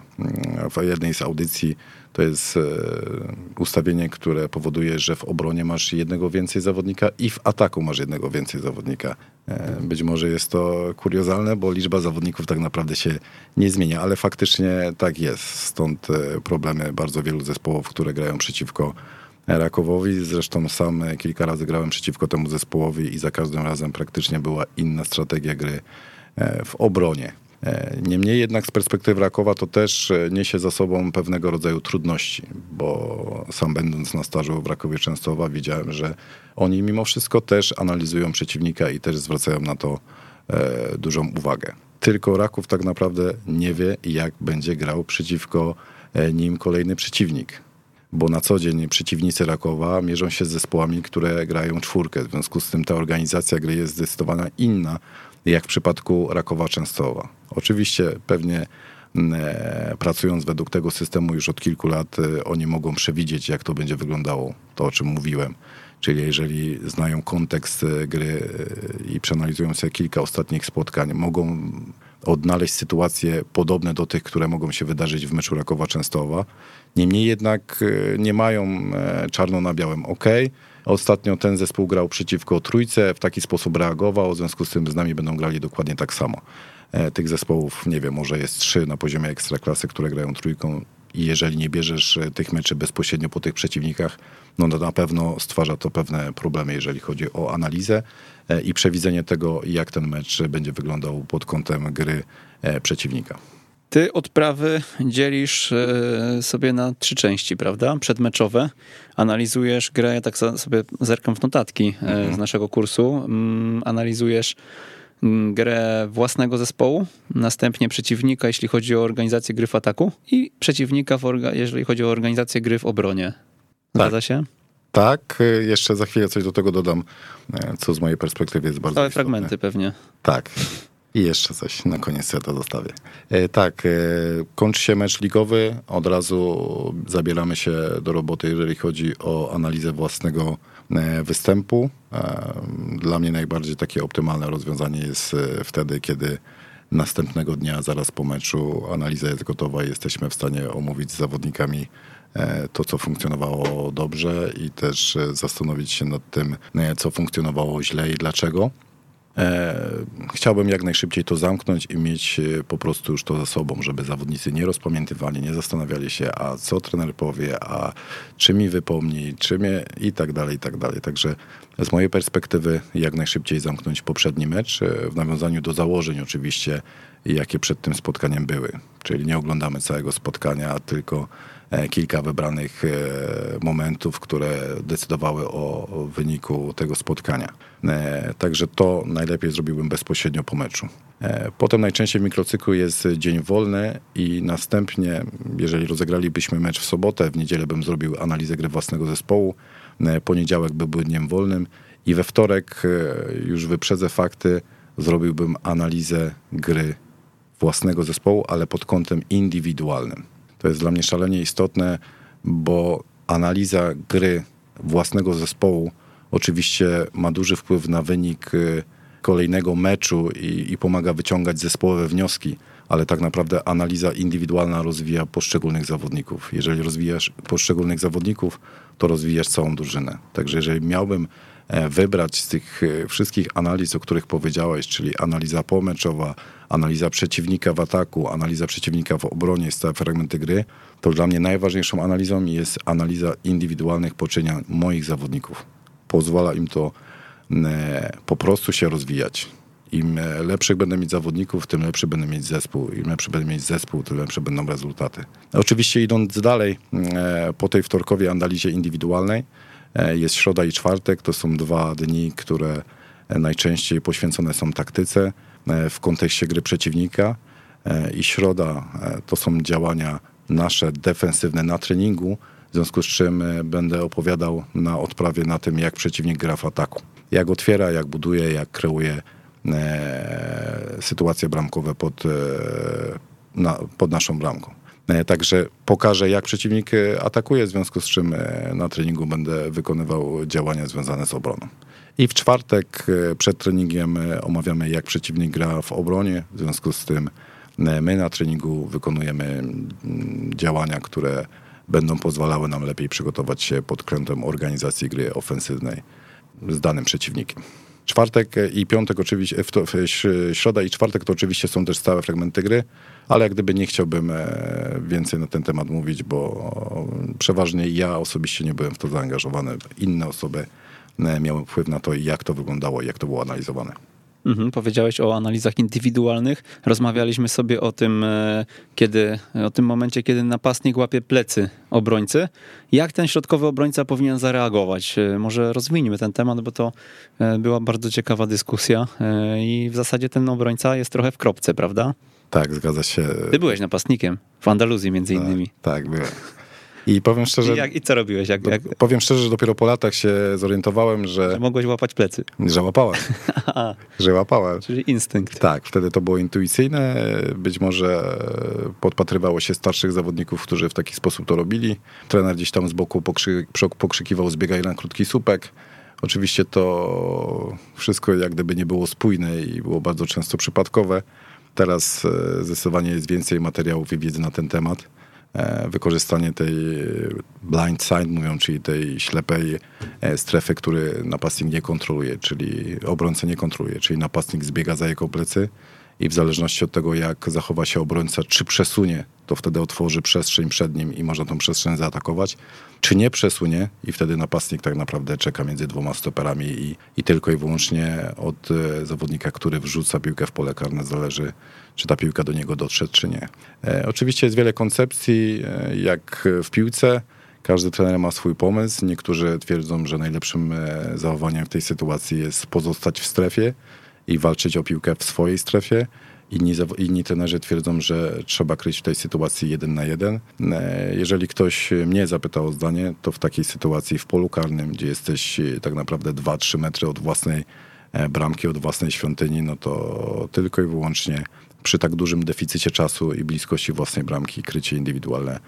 w jednej z audycji, to jest ustawienie, które powoduje, że w obronie masz jednego więcej zawodnika i w ataku masz jednego więcej zawodnika. Być może jest to kuriozalne, bo liczba zawodników tak naprawdę się nie zmienia, ale faktycznie tak jest. Stąd problemy bardzo wielu zespołów, które grają przeciwko Rakowowi. Zresztą sam kilka razy grałem przeciwko temu zespołowi i za każdym razem praktycznie była inna strategia gry w obronie. Niemniej jednak z perspektywy Rakowa to też niesie za sobą pewnego rodzaju trudności, bo sam będąc na stażu w Rakowie Częstochowa widziałem, że oni mimo wszystko też analizują przeciwnika i też zwracają na to dużą uwagę. Tylko Raków tak naprawdę nie wie, jak będzie grał przeciwko nim kolejny przeciwnik. Bo na co dzień przeciwnicy Rakowa mierzą się z zespołami, które grają czwórkę. W związku z tym ta organizacja gry jest zdecydowana inna, jak w przypadku Rakowa Częstochowa. Oczywiście pewnie pracując według tego systemu już od kilku lat, oni mogą przewidzieć, jak to będzie wyglądało, to o czym mówiłem. Czyli jeżeli znają kontekst gry i przeanalizują sobie kilka ostatnich spotkań, mogą odnaleźć sytuacje podobne do tych, które mogą się wydarzyć w meczu Rakowa Częstochowa. Niemniej jednak nie mają czarno na białym. Ostatnio ten zespół grał przeciwko Trójce, w taki sposób reagował, w związku z tym z nami będą grali dokładnie tak samo. Tych zespołów, nie wiem, może jest 3 na poziomie ekstraklasy, które grają trójką i jeżeli nie bierzesz tych meczy bezpośrednio po tych przeciwnikach, no to na pewno stwarza to pewne problemy, jeżeli chodzi o analizę i przewidzenie tego, jak ten mecz będzie wyglądał pod kątem gry przeciwnika. Ty odprawy dzielisz sobie na 3 części, prawda? Przedmeczowe. Analizujesz grę, ja tak sobie zerkam w notatki z naszego kursu. Analizujesz grę własnego zespołu, następnie przeciwnika, jeśli chodzi o organizację gry w ataku i przeciwnika, jeżeli chodzi o organizację gry w obronie. Zgadza się? Tak, jeszcze za chwilę coś do tego dodam, co z mojej perspektywy jest bardzo Całe istotne. fragmenty pewnie. Tak. I jeszcze coś na koniec ja to zostawię. Tak, kończy się mecz ligowy, od razu zabieramy się do roboty, jeżeli chodzi o analizę własnego występu. Dla mnie najbardziej takie optymalne rozwiązanie jest wtedy, kiedy następnego dnia, zaraz po meczu, analiza jest gotowa i jesteśmy w stanie omówić z zawodnikami to, co funkcjonowało dobrze i też zastanowić się nad tym, co funkcjonowało źle i dlaczego. Chciałbym jak najszybciej to zamknąć i mieć po prostu już to za sobą, żeby zawodnicy nie rozpamiętywali, nie zastanawiali się, a co trener powie, a czy mi wypomni, czy mnie i tak dalej, i tak dalej. Także z mojej perspektywy jak najszybciej zamknąć poprzedni mecz, w nawiązaniu do założeń oczywiście, i jakie przed tym spotkaniem były. Czyli nie oglądamy całego spotkania, a tylko kilka wybranych momentów, które decydowały o wyniku tego spotkania. Także to najlepiej zrobiłbym bezpośrednio po meczu. Potem najczęściej w mikrocyklu jest dzień wolny i następnie, jeżeli rozegralibyśmy mecz w sobotę, w niedzielę bym zrobił analizę gry własnego zespołu, poniedziałek byłby dniem wolnym i we wtorek, już wyprzedzę fakty, zrobiłbym analizę gry własnego zespołu, ale pod kątem indywidualnym. To jest dla mnie szalenie istotne, bo analiza gry własnego zespołu oczywiście ma duży wpływ na wynik kolejnego meczu i pomaga wyciągać zespołowe wnioski, ale tak naprawdę analiza indywidualna rozwija poszczególnych zawodników. Jeżeli rozwijasz poszczególnych zawodników, to rozwijasz całą drużynę. Także jeżeli miałbym wybrać z tych wszystkich analiz, o których powiedziałeś, czyli analiza pomeczowa, analiza przeciwnika w ataku, analiza przeciwnika w obronie, stałe fragmenty gry, to dla mnie najważniejszą analizą jest analiza indywidualnych poczynań moich zawodników. Pozwala im to po prostu się rozwijać. Im lepszych będę mieć zawodników, tym lepszy będę mieć zespół. Im lepszy będę mieć zespół, tym lepsze będą rezultaty. Oczywiście idąc dalej, po tej wtorkowej analizie indywidualnej jest środa i czwartek. To są 2 dni, które najczęściej poświęcone są taktyce w kontekście gry przeciwnika. I środa to są działania nasze defensywne na treningu, w związku z czym będę opowiadał na odprawie na tym, jak przeciwnik gra w ataku. Jak otwiera, jak buduje, jak kreuje sytuacje bramkowe pod naszą bramką. Także pokażę, jak przeciwnik atakuje, w związku z czym na treningu będę wykonywał działania związane z obroną. I w czwartek przed treningiem omawiamy, jak przeciwnik gra w obronie, w związku z tym my na treningu wykonujemy działania, które będą pozwalały nam lepiej przygotować się pod kątem organizacji gry ofensywnej z danym przeciwnikiem. Czwartek i piątek oczywiście, środa i czwartek to oczywiście są też stałe fragmenty gry, ale jak gdyby nie chciałbym więcej na ten temat mówić, bo przeważnie ja osobiście nie byłem w to zaangażowany. Inne osoby miały wpływ na to, jak to wyglądało i jak to było analizowane. Powiedziałeś o analizach indywidualnych. Rozmawialiśmy sobie o tym, o tym momencie, kiedy napastnik łapie plecy obrońcy. Jak ten środkowy obrońca powinien zareagować? Może rozwiniemy ten temat, bo to była bardzo ciekawa dyskusja i w zasadzie ten obrońca jest trochę w kropce, prawda? Tak, zgadza się. Ty byłeś napastnikiem w Andaluzji między innymi. Tak, byłem. I powiem szczerze... I co robiłeś? Powiem szczerze, że dopiero po latach się zorientowałem, że mogłeś łapać plecy. Że łapałem. Że łapałem. Czyli instynkt. Tak, wtedy to było intuicyjne. Być może podpatrywało się starszych zawodników, którzy w taki sposób to robili. Trener gdzieś tam z boku pokrzykiwał: zbiegaj na krótki słupek. Oczywiście to wszystko jak gdyby nie było spójne i było bardzo często przypadkowe. Teraz zdecydowanie jest więcej materiałów i wiedzy na ten temat. Wykorzystanie tej blind side, mówią, czyli tej ślepej strefy, który napastnik nie kontroluje, czyli obrońca nie kontroluje, czyli napastnik zbiega za jego plecy i w zależności od tego, jak zachowa się obrońca, czy przesunie, to wtedy otworzy przestrzeń przed nim i można tą przestrzeń zaatakować, czy nie przesunie i wtedy napastnik tak naprawdę czeka między 2 stoperami i tylko i wyłącznie od zawodnika, który wrzuca piłkę w pole karne, zależy, czy ta piłka do niego dotrze, czy nie. Oczywiście jest wiele koncepcji, jak w piłce. Każdy trener ma swój pomysł. Niektórzy twierdzą, że najlepszym zachowaniem w tej sytuacji jest pozostać w strefie i walczyć o piłkę w swojej strefie. Inni trenerzy twierdzą, że trzeba kryć w tej sytuacji 1 na 1. Jeżeli ktoś mnie zapyta o zdanie, to w takiej sytuacji w polu karnym, gdzie jesteś tak naprawdę 2-3 metry od własnej bramki, od własnej świątyni, no to tylko i wyłącznie przy tak dużym deficycie czasu i bliskości własnej bramki krycie indywidualne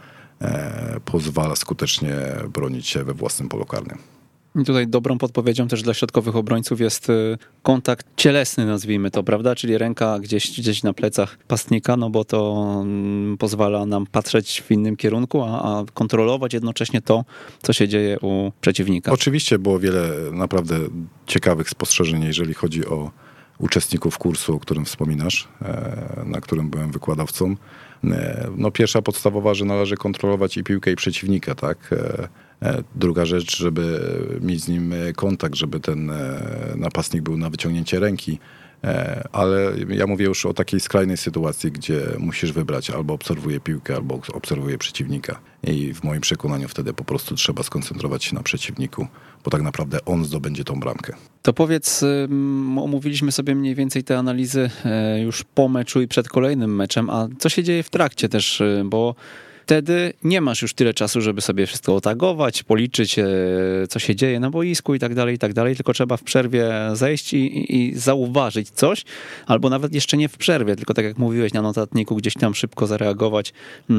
pozwala skutecznie bronić się we własnym polu karnym. I tutaj dobrą podpowiedzią też dla środkowych obrońców jest kontakt cielesny, nazwijmy to, prawda? Czyli ręka gdzieś na plecach napastnika, no bo to pozwala nam patrzeć w innym kierunku, a kontrolować jednocześnie to, co się dzieje u przeciwnika. Oczywiście było wiele naprawdę ciekawych spostrzeżeń, jeżeli chodzi o uczestników kursu, o którym wspominasz, na którym byłem wykładowcą. No pierwsza podstawowa, że należy kontrolować i piłkę, i przeciwnika, tak? Druga rzecz, żeby mieć z nim kontakt, żeby ten napastnik był na wyciągnięcie ręki. Ale ja mówię już o takiej skrajnej sytuacji, gdzie musisz wybrać albo obserwuję piłkę, albo obserwuję przeciwnika. I w moim przekonaniu wtedy po prostu trzeba skoncentrować się na przeciwniku, bo tak naprawdę on zdobędzie tą bramkę. To powiedz, omówiliśmy sobie mniej więcej te analizy już po meczu i przed kolejnym meczem, a co się dzieje w trakcie też, bo wtedy nie masz już tyle czasu, żeby sobie wszystko otagować, policzyć, co się dzieje na boisku i tak dalej, tylko trzeba w przerwie zejść i zauważyć coś, albo nawet jeszcze nie w przerwie, tylko tak jak mówiłeś na notatniku, gdzieś tam szybko zareagować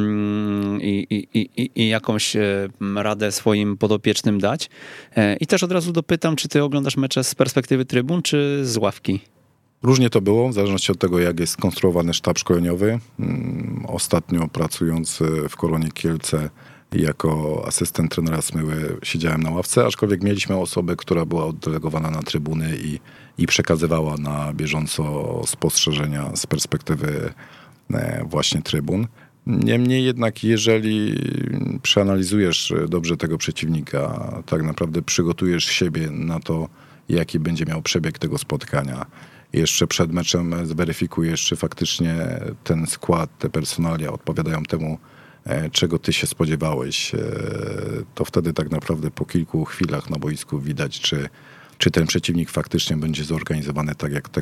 i jakąś radę swoim podopiecznym dać. I też od razu dopytam, czy ty oglądasz mecze z perspektywy trybun, czy z ławki? Różnie to było, w zależności od tego, jak jest skonstruowany sztab szkoleniowy. Ostatnio pracując w Koronie Kielce jako asystent trenera Smyły siedziałem na ławce, aczkolwiek mieliśmy osobę, która była oddelegowana na trybuny i przekazywała na bieżąco spostrzeżenia z perspektywy właśnie trybun. Niemniej jednak, jeżeli przeanalizujesz dobrze tego przeciwnika, tak naprawdę przygotujesz siebie na to, jaki będzie miał przebieg tego spotkania, jeszcze przed meczem zweryfikujesz, czy faktycznie ten skład, te personalia odpowiadają temu, czego ty się spodziewałeś, to wtedy tak naprawdę po kilku chwilach na boisku widać, czy ten przeciwnik faktycznie będzie zorganizowany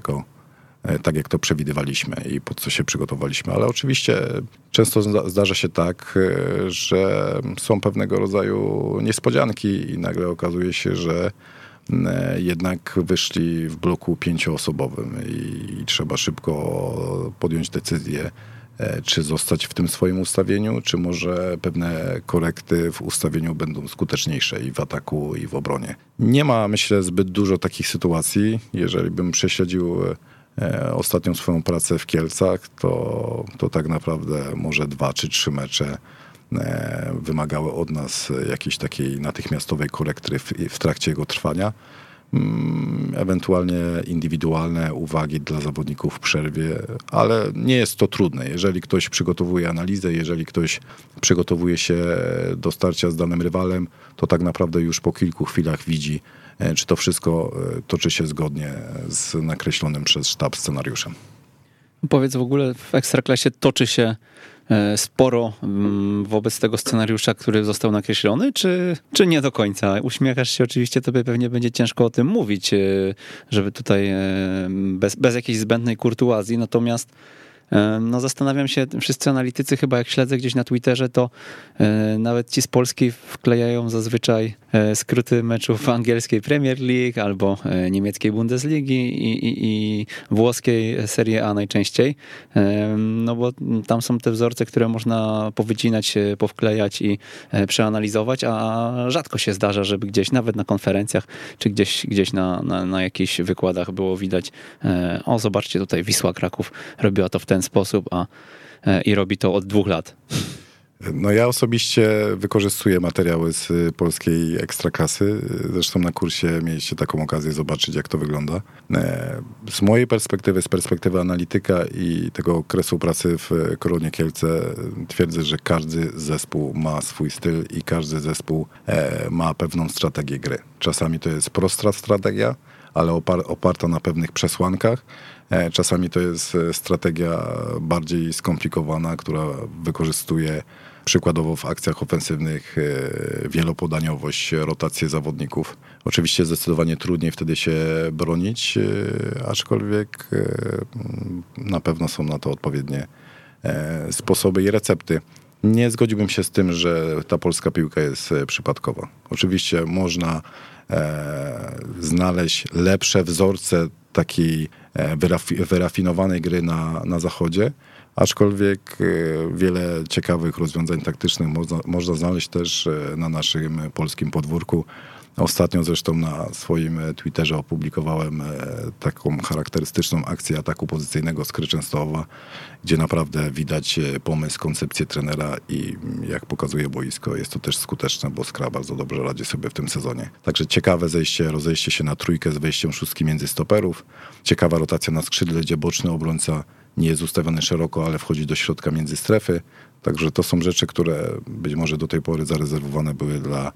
tak jak to przewidywaliśmy i pod co się przygotowaliśmy. Ale oczywiście często zdarza się tak, że są pewnego rodzaju niespodzianki i nagle okazuje się, że jednak wyszli w bloku 5-osobowym i trzeba szybko podjąć decyzję, czy zostać w tym swoim ustawieniu, czy może pewne korekty w ustawieniu będą skuteczniejsze i w ataku, i w obronie. Nie ma, myślę, zbyt dużo takich sytuacji. Jeżeli bym prześledził ostatnią swoją pracę w Kielcach, to tak naprawdę może 2 czy 3 mecze wymagały od nas jakiejś takiej natychmiastowej korekty w trakcie jego trwania. Ewentualnie indywidualne uwagi dla zawodników w przerwie, ale nie jest to trudne. Jeżeli ktoś przygotowuje analizę, jeżeli ktoś przygotowuje się do starcia z danym rywalem, to tak naprawdę już po kilku chwilach widzi, czy to wszystko toczy się zgodnie z nakreślonym przez sztab scenariuszem. Powiedz, w ogóle w Ekstraklasie toczy się sporo wobec tego scenariusza, który został nakreślony, czy nie do końca? Uśmiechasz się, oczywiście tobie pewnie będzie ciężko o tym mówić, żeby tutaj bez jakiejś zbędnej kurtuazji, natomiast no zastanawiam się, wszyscy analitycy chyba jak śledzę gdzieś na Twitterze, to nawet ci z Polski wklejają zazwyczaj skróty meczów angielskiej Premier League albo niemieckiej Bundesligi i włoskiej Serie A najczęściej, no bo tam są te wzorce, które można powycinać, powklejać i przeanalizować, a rzadko się zdarza, żeby gdzieś nawet na konferencjach czy gdzieś na jakichś wykładach było widać, o zobaczcie tutaj Wisła Kraków robiła to w ten sposób, i robi to od 2 lat. No ja osobiście wykorzystuję materiały z polskiej Ekstraklasy. Zresztą na kursie mieliście taką okazję zobaczyć, jak to wygląda. Z mojej perspektywy, z perspektywy analityka i tego okresu pracy w Koronie Kielce twierdzę, że każdy zespół ma swój styl i każdy zespół ma pewną strategię gry. Czasami to jest prosta strategia, ale oparta na pewnych przesłankach. Czasami to jest strategia bardziej skomplikowana, która wykorzystuje przykładowo w akcjach ofensywnych wielopodaniowość, rotację zawodników. Oczywiście zdecydowanie trudniej wtedy się bronić, aczkolwiek na pewno są na to odpowiednie sposoby i recepty. Nie zgodziłbym się z tym, że ta polska piłka jest przypadkowa. Oczywiście można znaleźć lepsze wzorce takiej wyrafinowanej gry na zachodzie, aczkolwiek wiele ciekawych rozwiązań taktycznych można znaleźć też na naszym polskim podwórku. Ostatnio zresztą na swoim Twitterze opublikowałem taką charakterystyczną akcję ataku pozycyjnego z Kry Częstochowa, gdzie naprawdę widać pomysł, koncepcję trenera i jak pokazuje boisko, jest to też skuteczne, bo Skra bardzo dobrze radzi sobie w tym sezonie. Także ciekawe rozejście się na trójkę z wejściem szóstki między stoperów, ciekawa rotacja na skrzydle, gdzie boczny obrońca nie jest ustawiony szeroko, ale wchodzi do środka między strefy. Także to są rzeczy, które być może do tej pory zarezerwowane były dla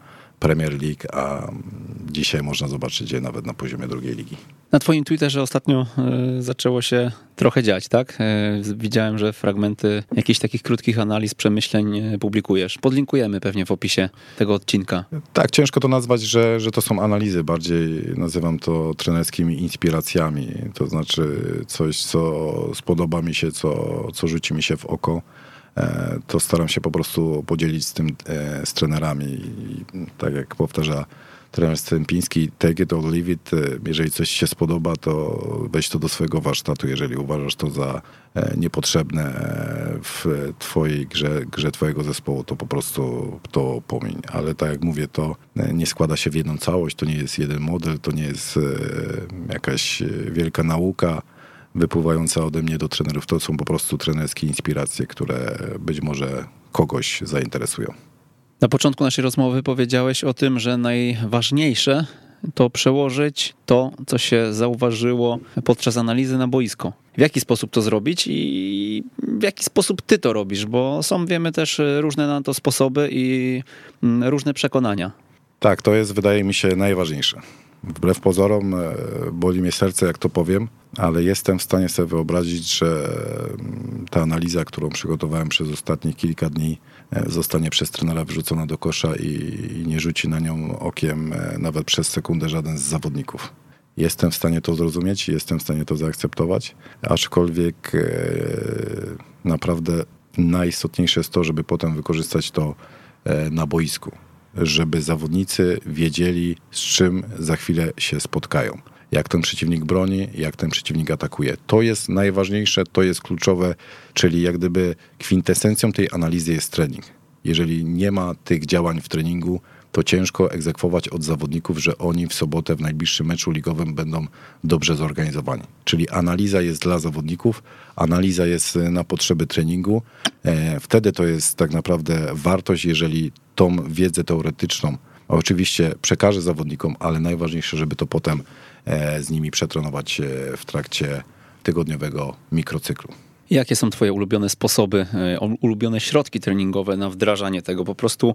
Premier League, a dzisiaj można zobaczyć je nawet na poziomie drugiej ligi. Na twoim Twitterze ostatnio zaczęło się trochę dziać, tak? Widziałem, że fragmenty jakichś takich krótkich analiz, przemyśleń publikujesz. Podlinkujemy pewnie w opisie tego odcinka. Tak, ciężko to nazwać, że to są analizy. Bardziej nazywam to trenerskimi inspiracjami. To znaczy coś, co spodoba mi się, co rzuci mi się w oko. To staram się po prostu podzielić z trenerami. I tak jak powtarza trener Stępiński, take it or leave it. Jeżeli coś się spodoba, to weź to do swojego warsztatu. Jeżeli uważasz to za niepotrzebne w twojej grze twojego zespołu, to po prostu to pomiń. Ale tak jak mówię, to nie składa się w jedną całość, to nie jest jeden model, to nie jest jakaś wielka nauka wypływająca ode mnie do trenerów. To są po prostu trenerskie inspiracje, które być może kogoś zainteresują. Na początku naszej rozmowy powiedziałeś o tym, że najważniejsze to przełożyć to, co się zauważyło podczas analizy na boisko. W jaki sposób to zrobić i w jaki sposób ty to robisz? Bo są, wiemy, też różne na to sposoby i różne przekonania. Tak, to jest, wydaje mi się, najważniejsze. Wbrew pozorom boli mnie serce, jak to powiem, ale jestem w stanie sobie wyobrazić, że ta analiza, którą przygotowałem przez ostatnie kilka dni, zostanie przez trenera wrzucona do kosza i nie rzuci na nią okiem nawet przez sekundę żaden z zawodników. Jestem w stanie to zrozumieć, jestem w stanie to zaakceptować, aczkolwiek naprawdę najistotniejsze jest to, żeby potem wykorzystać to na boisku. Żeby zawodnicy wiedzieli, z czym za chwilę się spotkają. Jak ten przeciwnik broni, jak ten przeciwnik atakuje. To jest najważniejsze, to jest kluczowe, czyli jak gdyby kwintesencją tej analizy jest trening. Jeżeli nie ma tych działań w treningu, to ciężko egzekwować od zawodników, że oni w sobotę w najbliższym meczu ligowym będą dobrze zorganizowani. Czyli analiza jest dla zawodników, analiza jest na potrzeby treningu. Wtedy to jest tak naprawdę wartość, jeżeli tą wiedzę teoretyczną oczywiście przekaże zawodnikom, ale najważniejsze, żeby to potem z nimi przetrenować w trakcie tygodniowego mikrocyklu. Jakie są twoje ulubione sposoby, ulubione środki treningowe na wdrażanie tego? Po prostu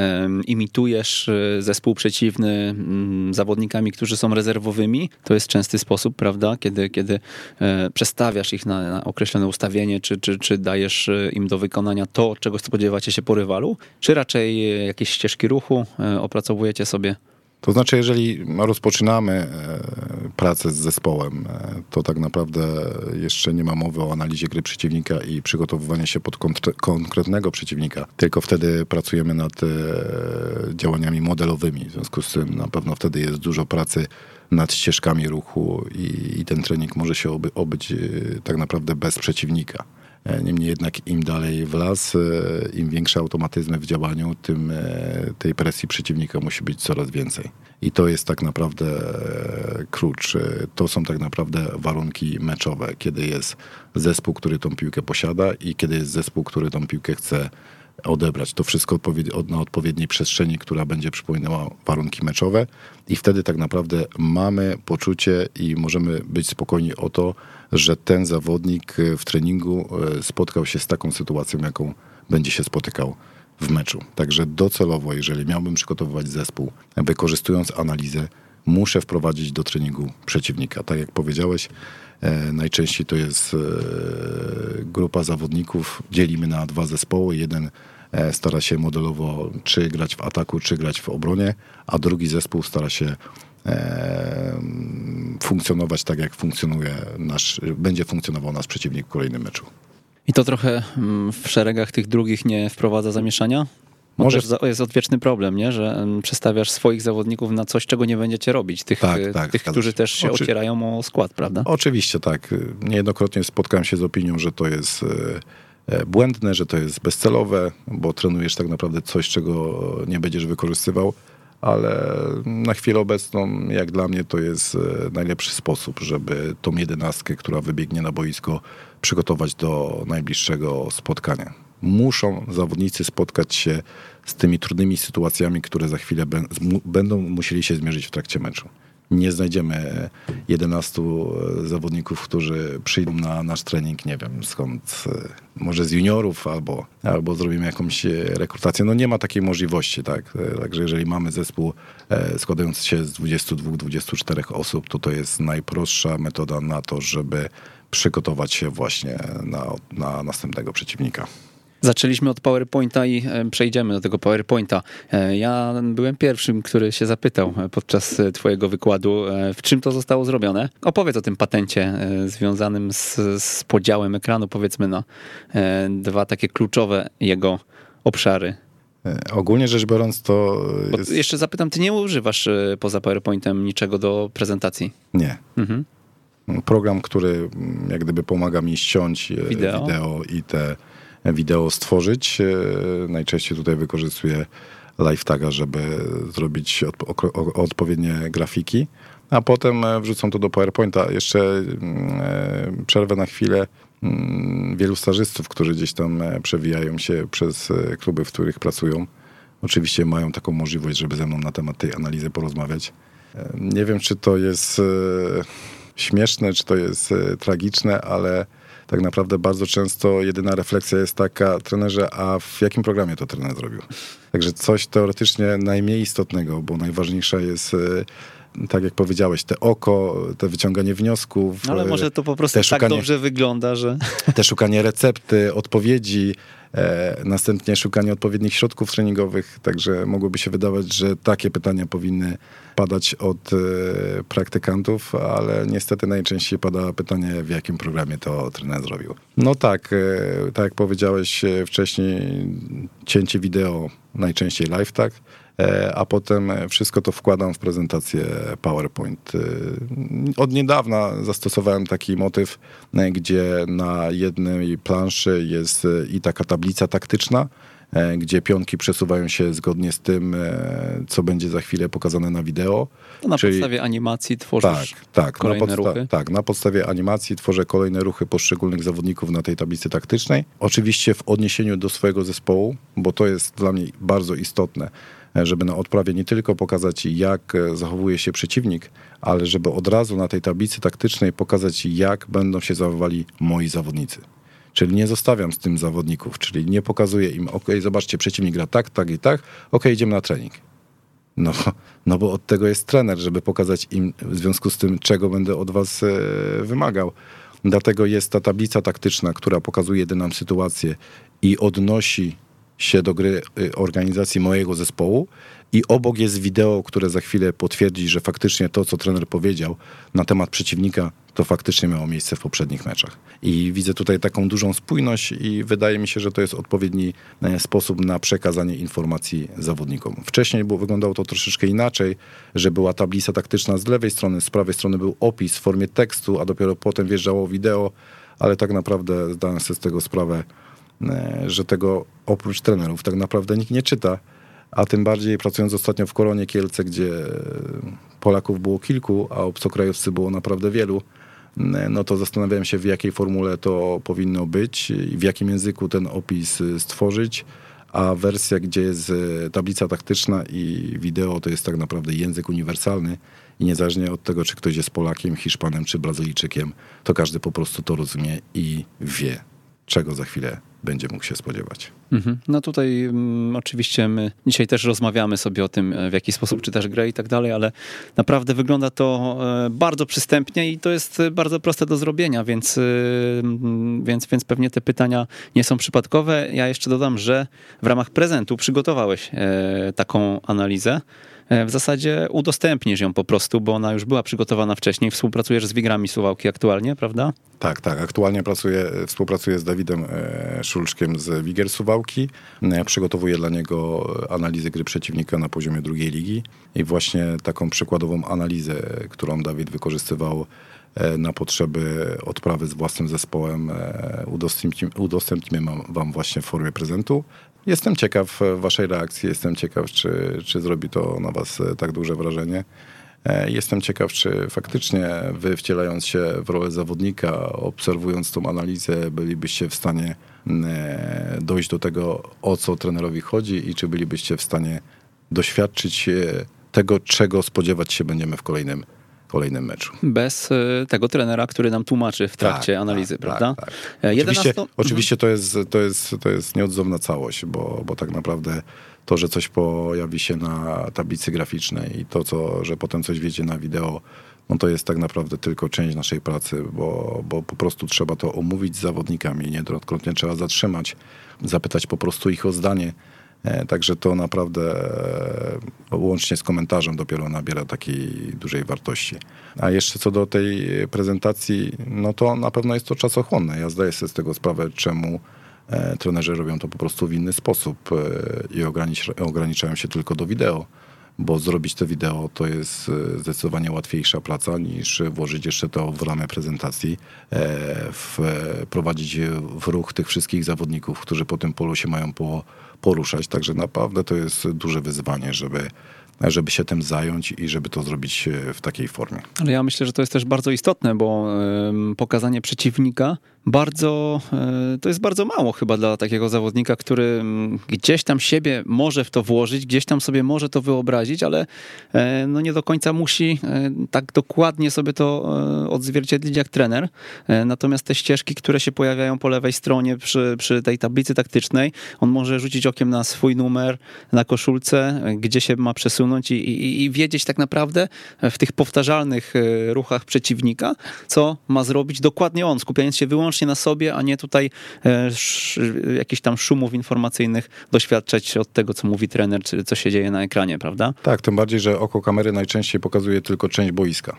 imitujesz zespół przeciwny zawodnikami, którzy są rezerwowymi. To jest częsty sposób, prawda? Kiedy przestawiasz ich na określone ustawienie, czy dajesz im do wykonania to, czego spodziewacie się po rywalu? Czy raczej jakieś ścieżki ruchu opracowujecie sobie? To znaczy, jeżeli rozpoczynamy pracę z zespołem, to tak naprawdę jeszcze nie ma mowy o analizie gry przeciwnika i przygotowywaniu się pod konkretnego przeciwnika, tylko wtedy pracujemy nad działaniami modelowymi. W związku z tym na pewno wtedy jest dużo pracy nad ścieżkami ruchu i ten trening może się obyć tak naprawdę bez przeciwnika. Niemniej jednak im dalej w las, im większe automatyzmy w działaniu, tym tej presji przeciwnika musi być coraz więcej. I to jest tak naprawdę klucz. To są tak naprawdę warunki meczowe, kiedy jest zespół, który tą piłkę posiada i kiedy jest zespół, który tą piłkę chce odebrać. To wszystko na odpowiedniej przestrzeni, która będzie przypominała warunki meczowe i wtedy tak naprawdę mamy poczucie i możemy być spokojni o to, że ten zawodnik w treningu spotkał się z taką sytuacją, jaką będzie się spotykał w meczu. Także docelowo, jeżeli miałbym przygotowywać zespół, wykorzystując analizę, muszę wprowadzić do treningu przeciwnika. Tak jak powiedziałeś, najczęściej to jest grupa zawodników, dzielimy na dwa zespoły. Jeden stara się modelowo czy grać w ataku, czy grać w obronie, a drugi zespół stara się funkcjonować tak, jak będzie funkcjonował nasz przeciwnik w kolejnym meczu. I to trochę w szeregach tych drugich nie wprowadza zamieszania? Może jest odwieczny problem, nie? Że przestawiasz swoich zawodników na coś, czego nie będziecie robić. Tych, którzy też się ocierają o skład, prawda? Oczywiście tak. Niejednokrotnie spotkałem się z opinią, że to jest błędne, że to jest bezcelowe, bo trenujesz tak naprawdę coś, czego nie będziesz wykorzystywał, ale na chwilę obecną, jak dla mnie, to jest najlepszy sposób, żeby tą 11, która wybiegnie na boisko, przygotować do najbliższego spotkania. Muszą zawodnicy spotkać się z tymi trudnymi sytuacjami, które za chwilę będą musieli się zmierzyć w trakcie meczu. Nie znajdziemy 11 zawodników, którzy przyjdą na nasz trening, nie wiem skąd, może z juniorów albo zrobimy jakąś rekrutację. No nie ma takiej możliwości, tak? Także jeżeli mamy zespół składający się z 22-24 osób, to jest najprostsza metoda na to, żeby przygotować się właśnie na następnego przeciwnika. Zaczęliśmy od PowerPointa i przejdziemy do tego PowerPointa. Ja byłem pierwszym, który się zapytał podczas twojego wykładu, w czym to zostało zrobione. Opowiedz o tym patencie związanym z podziałem ekranu, powiedzmy na dwa takie kluczowe jego obszary. Ogólnie rzecz biorąc to jest... Jeszcze zapytam, ty nie używasz poza PowerPointem niczego do prezentacji? Nie. Mhm. Program, który jak gdyby pomaga mi ściąć wideo i te wideo stworzyć. Najczęściej tutaj wykorzystuję live taga, żeby zrobić odpowiednie grafiki, a potem wrzucam to do PowerPointa. Jeszcze przerwę na chwilę. Wielu stażystów, którzy gdzieś tam przewijają się przez kluby, w których pracują, oczywiście mają taką możliwość, żeby ze mną na temat tej analizy porozmawiać. Nie wiem, czy to jest śmieszne, czy to jest tragiczne, ale tak naprawdę bardzo często jedyna refleksja jest taka: trenerze, a w jakim programie to trener zrobił? Także coś teoretycznie najmniej istotnego, bo najważniejsza jest, tak jak powiedziałeś, te oko, te wyciąganie wniosków. Ale może to po prostu tak dobrze wygląda, że... Te szukanie recepty, odpowiedzi, następnie szukanie odpowiednich środków treningowych. Także mogłoby się wydawać, że takie pytania powinny padać od praktykantów, ale niestety najczęściej pada pytanie, w jakim programie to trener zrobił. No tak jak powiedziałeś wcześniej, cięcie wideo, najczęściej live tag, a potem wszystko to wkładam w prezentację PowerPoint. Od niedawna zastosowałem taki motyw, gdzie na jednej planszy jest i taka tablica taktyczna, gdzie pionki przesuwają się zgodnie z tym, co będzie za chwilę pokazane na wideo. To na podstawie animacji tworzysz kolejne ruchy? Tak, na podstawie animacji tworzę kolejne ruchy poszczególnych zawodników na tej tablicy taktycznej. Oczywiście w odniesieniu do swojego zespołu, bo to jest dla mnie bardzo istotne, żeby na odprawie nie tylko pokazać, jak zachowuje się przeciwnik, ale żeby od razu na tej tablicy taktycznej pokazać, jak będą się zachowywali moi zawodnicy. Czyli nie zostawiam z tym zawodników, czyli nie pokazuję im, zobaczcie, przeciwnik gra tak, tak i tak, idziemy na trening. No bo od tego jest trener, żeby pokazać im w związku z tym, czego będę od was wymagał. Dlatego jest ta tablica taktyczna, która pokazuje nam sytuację i odnosi się do gry organizacji mojego zespołu, i obok jest wideo, które za chwilę potwierdzi, że faktycznie to, co trener powiedział na temat przeciwnika, to faktycznie miało miejsce w poprzednich meczach. I widzę tutaj taką dużą spójność i wydaje mi się, że to jest odpowiedni sposób na przekazanie informacji zawodnikom. Wcześniej wyglądało to troszeczkę inaczej, że była tablica taktyczna z lewej strony, z prawej strony był opis w formie tekstu, a dopiero potem wjeżdżało wideo, ale tak naprawdę zdałem sobie z tego sprawę, że tego oprócz trenerów tak naprawdę nikt nie czyta, a tym bardziej pracując ostatnio w Koronie Kielce, gdzie Polaków było kilku, a obcokrajowcy było naprawdę wielu, no to zastanawiałem się, w jakiej formule to powinno być i w jakim języku ten opis stworzyć, a wersja, gdzie jest tablica taktyczna i wideo, to jest tak naprawdę język uniwersalny i niezależnie od tego, czy ktoś jest Polakiem, Hiszpanem czy Brazylijczykiem, to każdy po prostu to rozumie i wie, czego za chwilę będzie mógł się spodziewać. No tutaj oczywiście my dzisiaj też rozmawiamy sobie o tym, w jaki sposób czytasz grę i tak dalej, ale naprawdę wygląda to bardzo przystępnie i to jest bardzo proste do zrobienia, więc pewnie te pytania nie są przypadkowe. Ja jeszcze dodam, że w ramach prezentu przygotowałeś taką analizę. W zasadzie udostępnisz ją po prostu, bo ona już była przygotowana wcześniej. Współpracujesz z Wigrami Suwałki aktualnie, prawda? Tak. Aktualnie współpracuję z Dawidem Szulczkiem z Wigier Suwałki. Przygotowuję dla niego analizę gry przeciwnika na poziomie drugiej ligi i właśnie taką przykładową analizę, którą Dawid wykorzystywał na potrzeby odprawy z własnym zespołem, udostępnimy wam właśnie w formie prezentu. Jestem ciekaw waszej reakcji, jestem ciekaw, czy zrobi to na was tak duże wrażenie. Jestem ciekaw, czy faktycznie wy, wcielając się w rolę zawodnika, obserwując tą analizę, bylibyście w stanie dojść do tego, o co trenerowi chodzi i czy bylibyście w stanie doświadczyć tego, czego spodziewać się będziemy w kolejnym kolejnym meczu. Bez tego trenera, który nam tłumaczy w trakcie analizy, prawda? Tak. 11... Oczywiście to jest nieodzowna całość, bo tak naprawdę to, że coś pojawi się na tablicy graficznej i to, że potem coś wjedzie na wideo, no to jest tak naprawdę tylko część naszej pracy, bo po prostu trzeba to omówić z zawodnikami, niejednokrotnie trzeba zatrzymać, zapytać po prostu ich o zdanie. Także to naprawdę łącznie z komentarzem dopiero nabiera takiej dużej wartości. A jeszcze co do tej prezentacji, no to na pewno jest to czasochłonne. Ja zdaję sobie z tego sprawę, czemu trenerzy robią to po prostu w inny sposób i ograniczają się tylko do wideo, bo zrobić to wideo to jest zdecydowanie łatwiejsza praca niż włożyć jeszcze to w ramę prezentacji, wprowadzić w ruch tych wszystkich zawodników, którzy po tym polu się mają poruszać. Także naprawdę to jest duże wyzwanie, żeby się tym zająć i żeby to zrobić w takiej formie. Ale ja myślę, że to jest też bardzo istotne, bo pokazanie przeciwnika to jest bardzo mało chyba dla takiego zawodnika, który gdzieś tam siebie może w to włożyć, gdzieś tam sobie może to wyobrazić, ale no nie do końca musi tak dokładnie sobie to odzwierciedlić jak trener. Natomiast te ścieżki, które się pojawiają po lewej stronie przy tej tablicy taktycznej, on może rzucić okiem na swój numer, na koszulce, gdzie się ma przesunąć i wiedzieć tak naprawdę w tych powtarzalnych ruchach przeciwnika, co ma zrobić dokładnie on, skupiając się wyłącznie na sobie, a nie tutaj jakichś tam szumów informacyjnych doświadczać od tego, co mówi trener, czy co się dzieje na ekranie, prawda? Tak, tym bardziej, że oko kamery najczęściej pokazuje tylko część boiska.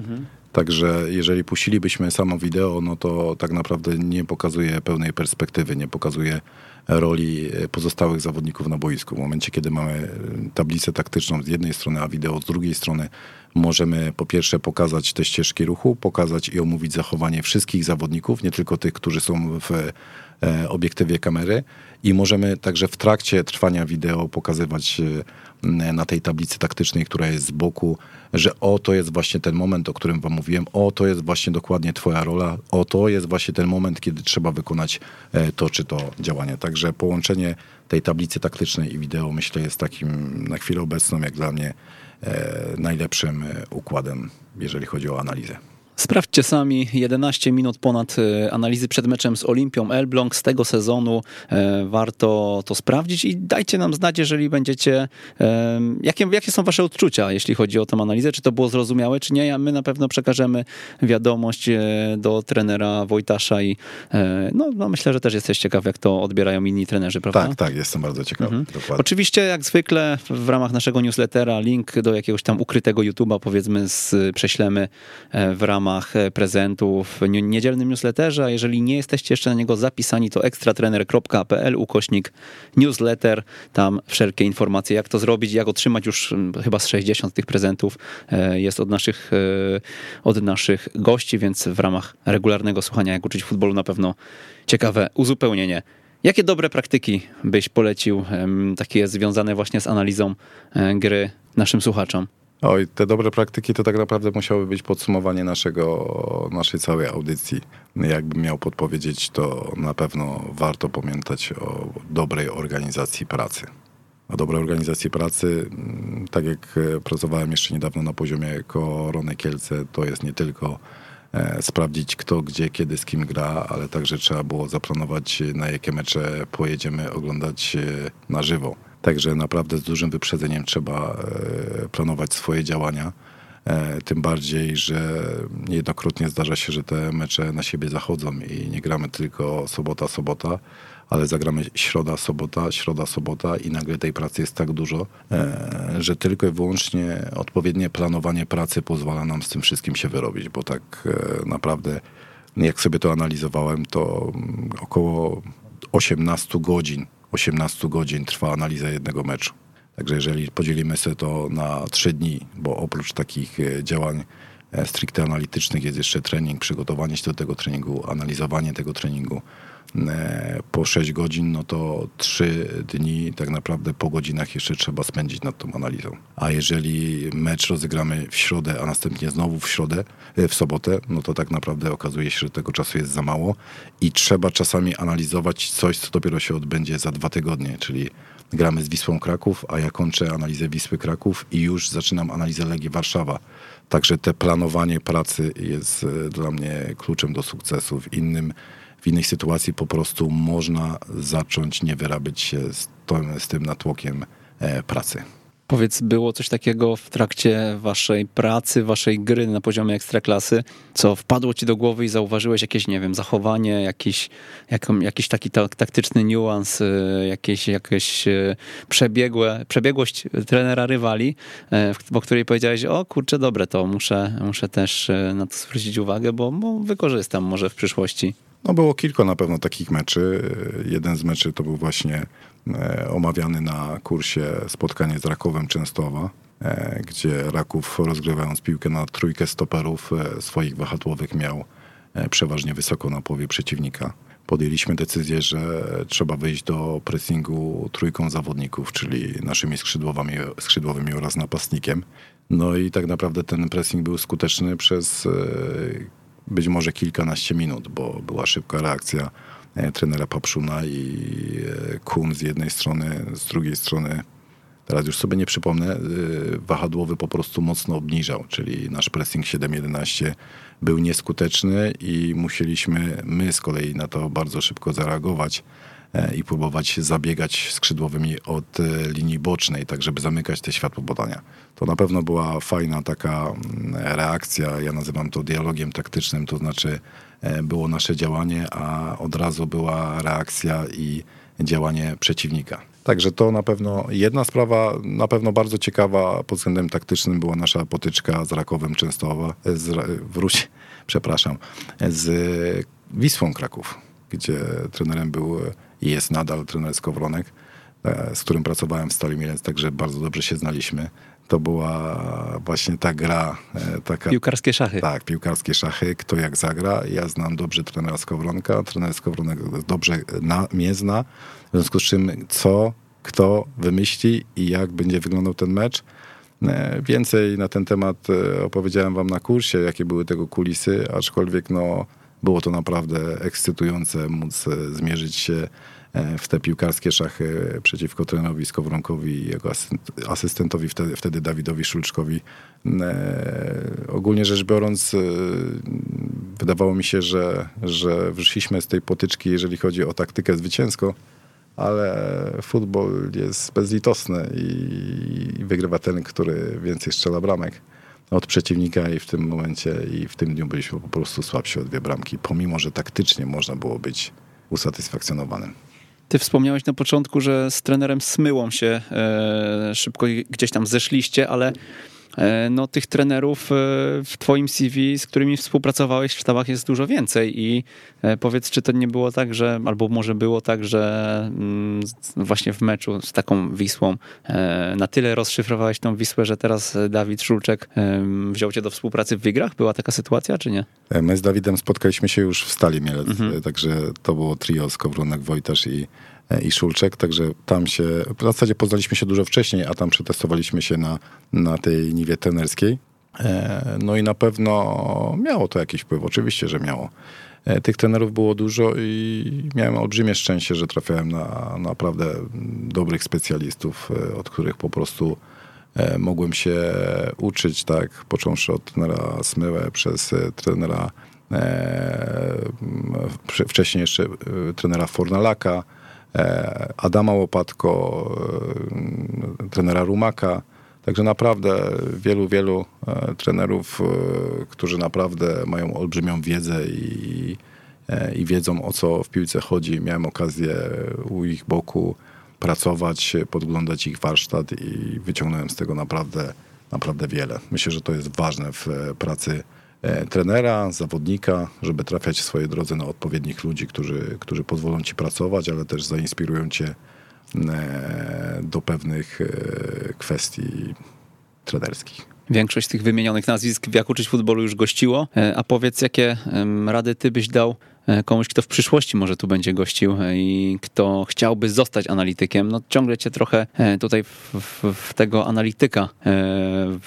Także jeżeli puścilibyśmy samo wideo, no to tak naprawdę nie pokazuje pełnej perspektywy, nie pokazuje roli pozostałych zawodników na boisku. W momencie, kiedy mamy tablicę taktyczną z jednej strony, a wideo z drugiej strony, możemy po pierwsze pokazać te ścieżki ruchu, pokazać i omówić zachowanie wszystkich zawodników, nie tylko tych, którzy są w obiektywie kamery, i możemy także w trakcie trwania wideo pokazywać na tej tablicy taktycznej, która jest z boku, że to jest właśnie ten moment, o którym wam mówiłem, to jest właśnie dokładnie twoja rola, to jest właśnie ten moment, kiedy trzeba wykonać to czy to działanie. Także połączenie tej tablicy taktycznej i wideo, myślę, jest takim na chwilę obecną, jak dla mnie, najlepszym układem, jeżeli chodzi o analizę. Sprawdźcie sami, 11 minut ponad analizy przed meczem z Olimpią Elbląg z tego sezonu. Warto to sprawdzić i dajcie nam znać, jeżeli będziecie, jakie są wasze odczucia, jeśli chodzi o tę analizę, czy to było zrozumiałe, czy nie. My na pewno przekażemy wiadomość do trenera Wojtasza i no myślę, że też jesteś ciekaw, jak to odbierają inni trenerzy, prawda? Tak, jestem bardzo ciekawy. Dokładnie. Oczywiście, jak zwykle w ramach naszego newslettera link do jakiegoś tam ukrytego YouTube'a, powiedzmy, prześlemy w ramach prezentów w niedzielnym newsletterze, a jeżeli nie jesteście jeszcze na niego zapisani, to ekstratrener.pl/newsletter. Tam wszelkie informacje, jak to zrobić, jak otrzymać już chyba z 60 tych prezentów jest od naszych gości, więc w ramach regularnego słuchania Jak uczyć futbolu na pewno ciekawe uzupełnienie. Jakie dobre praktyki byś polecił, takie związane właśnie z analizą gry naszym słuchaczom? Oj, te dobre praktyki to tak naprawdę musiały być podsumowanie naszej całej audycji. Jakbym miał podpowiedzieć, to na pewno warto pamiętać o dobrej organizacji pracy. A dobrej organizacji pracy, tak jak pracowałem jeszcze niedawno na poziomie Korony Kielce, to jest nie tylko sprawdzić kto, gdzie, kiedy, z kim gra, ale także trzeba było zaplanować, na jakie mecze pojedziemy oglądać na żywo. Także naprawdę z dużym wyprzedzeniem trzeba planować swoje działania. Tym bardziej, że niejednokrotnie zdarza się, że te mecze na siebie zachodzą i nie gramy tylko sobota, ale zagramy środa, i nagle tej pracy jest tak dużo, że tylko i wyłącznie odpowiednie planowanie pracy pozwala nam z tym wszystkim się wyrobić, bo tak naprawdę jak sobie to analizowałem, to około 18 godzin trwa analiza jednego meczu. Także jeżeli podzielimy sobie to na 3 dni, bo oprócz takich działań stricte analitycznych jest jeszcze trening, przygotowanie się do tego treningu, analizowanie tego treningu po 6 godzin, no to 3 dni tak naprawdę po godzinach jeszcze trzeba spędzić nad tą analizą. A jeżeli mecz rozegramy w środę, a następnie znowu w sobotę, no to tak naprawdę okazuje się, że tego czasu jest za mało i trzeba czasami analizować coś, co dopiero się odbędzie za 2 tygodnie, czyli gramy z Wisłą Kraków, a ja kończę analizę Wisły Kraków i już zaczynam analizę Legii Warszawa. Także te planowanie pracy jest dla mnie kluczem do sukcesu. W innej sytuacji po prostu można zacząć nie wyrabiać się z tym natłokiem pracy. Powiedz, było coś takiego w trakcie waszej pracy, waszej gry na poziomie ekstraklasy, co wpadło ci do głowy i zauważyłeś jakieś, nie wiem, zachowanie, jakiś taki taktyczny niuans, jakieś przebiegłość trenera rywali, po której powiedziałeś, o kurczę, dobre, to muszę też na to zwrócić uwagę, bo wykorzystam może w przyszłości. No było kilka na pewno takich meczy. Jeden z meczy to był właśnie omawiany na kursie spotkanie z Rakowem Częstochowa, gdzie Raków, rozgrywając piłkę na trójkę stoperów swoich wahadłowych, miał przeważnie wysoko na połowie przeciwnika. Podjęliśmy decyzję, że trzeba wyjść do pressingu trójką zawodników, czyli naszymi skrzydłowymi oraz napastnikiem. No i tak naprawdę ten pressing był skuteczny przez być może kilkanaście minut, bo była szybka reakcja trenera Papszuna i Kun z jednej strony, z drugiej strony, teraz już sobie nie przypomnę, wahadłowy po prostu mocno obniżał, czyli nasz pressing 7-11 był nieskuteczny i musieliśmy my z kolei na to bardzo szybko zareagować i próbować zabiegać skrzydłowymi od linii bocznej, tak żeby zamykać te światło podania. To na pewno była fajna taka reakcja, ja nazywam to dialogiem taktycznym, to znaczy było nasze działanie, a od razu była reakcja i działanie przeciwnika. Także to na pewno jedna sprawa, na pewno bardzo ciekawa pod względem taktycznym była nasza potyczka z Rakowem Częstochowa, z Wisłą Kraków, gdzie trenerem był i jest nadal trener Skowronek, z którym pracowałem w Stali Mielec, także bardzo dobrze się znaliśmy. To była właśnie ta gra. Piłkarskie szachy. Tak, piłkarskie szachy, kto jak zagra. Ja znam dobrze trenera Skowronka, trener Skowronek dobrze mnie zna, w związku z czym kto wymyśli i jak będzie wyglądał ten mecz. Więcej na ten temat opowiedziałem wam na kursie, jakie były tego kulisy, aczkolwiek było to naprawdę ekscytujące móc zmierzyć się w te piłkarskie szachy przeciwko trenerowi Skowronkowi i jego asystentowi wtedy Dawidowi Szulczkowi. Ogólnie rzecz biorąc, wydawało mi się, że wyszliśmy z tej potyczki, jeżeli chodzi o taktykę zwycięsko, ale futbol jest bezlitosny i wygrywa ten, który więcej strzela bramek od przeciwnika i w tym momencie i w tym dniu byliśmy po prostu słabsi o 2 bramki, pomimo że taktycznie można było być usatysfakcjonowanym. Ty wspomniałeś na początku, że z trenerem Smyłą się szybko gdzieś tam zeszliście, ale tych trenerów w twoim CV, z którymi współpracowałeś w sztabach, jest dużo więcej i powiedz, czy to nie było tak, że, albo może było tak, że właśnie w meczu z taką Wisłą na tyle rozszyfrowałeś tą Wisłę, że teraz Dawid Szulczek wziął cię do współpracy w Wigrach? Była taka sytuacja, czy nie? My z Dawidem spotkaliśmy się już w Stali Mielec, także to było trio Skowronek, Wojtarz i Szulczek, także tam się, w zasadzie poznaliśmy się dużo wcześniej, a tam przetestowaliśmy się na tej niwie trenerskiej. No i na pewno miało to jakiś wpływ, oczywiście, że miało. Tych trenerów było dużo i miałem olbrzymie szczęście, że trafiałem na naprawdę dobrych specjalistów, od których po prostu mogłem się uczyć, tak, począwszy od trenera Smyłę przez trenera, wcześniej jeszcze trenera Fornalaka, Adama Łopatko, trenera Rumaka. Także naprawdę wielu trenerów, którzy naprawdę mają olbrzymią wiedzę i wiedzą, o co w piłce chodzi. Miałem okazję u ich boku pracować, podglądać ich warsztat i wyciągnąłem z tego naprawdę wiele. Myślę, że to jest ważne w pracy trenera, zawodnika, żeby trafiać w swojej drodze na odpowiednich ludzi, którzy pozwolą ci pracować, ale też zainspirują cię do pewnych kwestii trenerskich. Większość tych wymienionych nazwisk w Jak uczyć futbolu już gościło, a powiedz, jakie rady ty byś dał komuś, kto w przyszłości może tu będzie gościł i kto chciałby zostać analitykiem. No ciągle cię trochę tutaj w tego analityka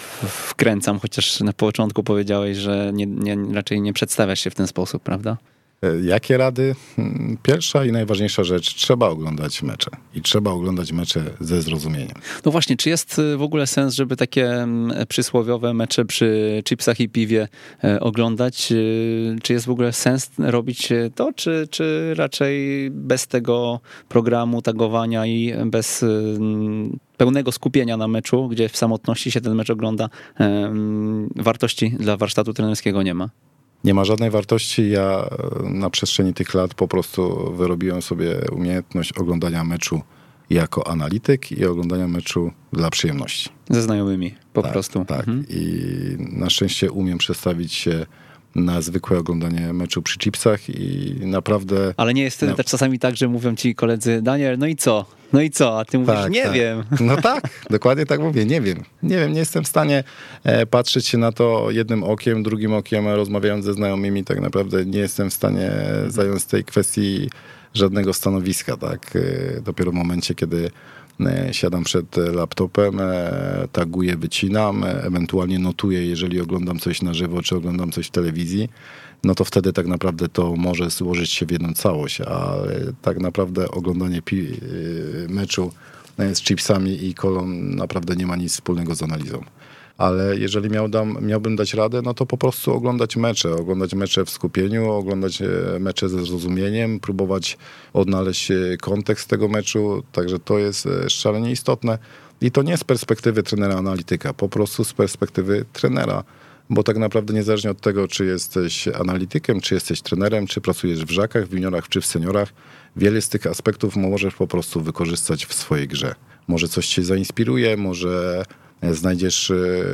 wkręcam, chociaż na początku powiedziałeś, że raczej nie przedstawiasz się w ten sposób, prawda? Jakie rady? Pierwsza i najważniejsza rzecz, trzeba oglądać mecze. I trzeba oglądać mecze ze zrozumieniem. No właśnie, czy jest w ogóle sens, żeby takie przysłowiowe mecze przy chipsach i piwie oglądać? Czy jest w ogóle sens robić to, czy raczej bez tego programu, tagowania i bez pełnego skupienia na meczu, gdzie w samotności się ten mecz ogląda, wartości dla warsztatu trenerskiego nie ma? Nie ma żadnej wartości. Ja na przestrzeni tych lat po prostu wyrobiłem sobie umiejętność oglądania meczu jako analityk i oglądania meczu dla przyjemności. Ze znajomymi po prostu. Tak. I na szczęście umiem przestawić się na zwykłe oglądanie meczu przy chipsach i naprawdę... Ale nie jest wtedy też czasami tak, że mówią ci koledzy: Daniel, no i co? No i co? A ty mówisz: tak, nie tak. wiem. No tak, dokładnie tak mówię, nie wiem. Nie jestem w stanie patrzeć się na to jednym okiem, drugim okiem, rozmawiając ze znajomymi, tak naprawdę nie jestem w stanie zająć z tej kwestii żadnego stanowiska, tak? Dopiero w momencie, kiedy siadam przed laptopem, taguję, wycinam, ewentualnie notuję, jeżeli oglądam coś na żywo, czy oglądam coś w telewizji, no to wtedy tak naprawdę to może złożyć się w jedną całość, ale tak naprawdę oglądanie meczu z chipsami i kolą naprawdę nie ma nic wspólnego z analizą. Ale jeżeli miałbym dać radę, no to po prostu oglądać mecze w skupieniu, oglądać mecze ze zrozumieniem, próbować odnaleźć kontekst tego meczu, także to jest szalenie istotne. I to nie z perspektywy trenera analityka, po prostu z perspektywy trenera, bo tak naprawdę niezależnie od tego, czy jesteś analitykiem, czy jesteś trenerem, czy pracujesz w żakach, w juniorach, czy w seniorach, wiele z tych aspektów możesz po prostu wykorzystać w swojej grze. Może coś cię zainspiruje, może znajdziesz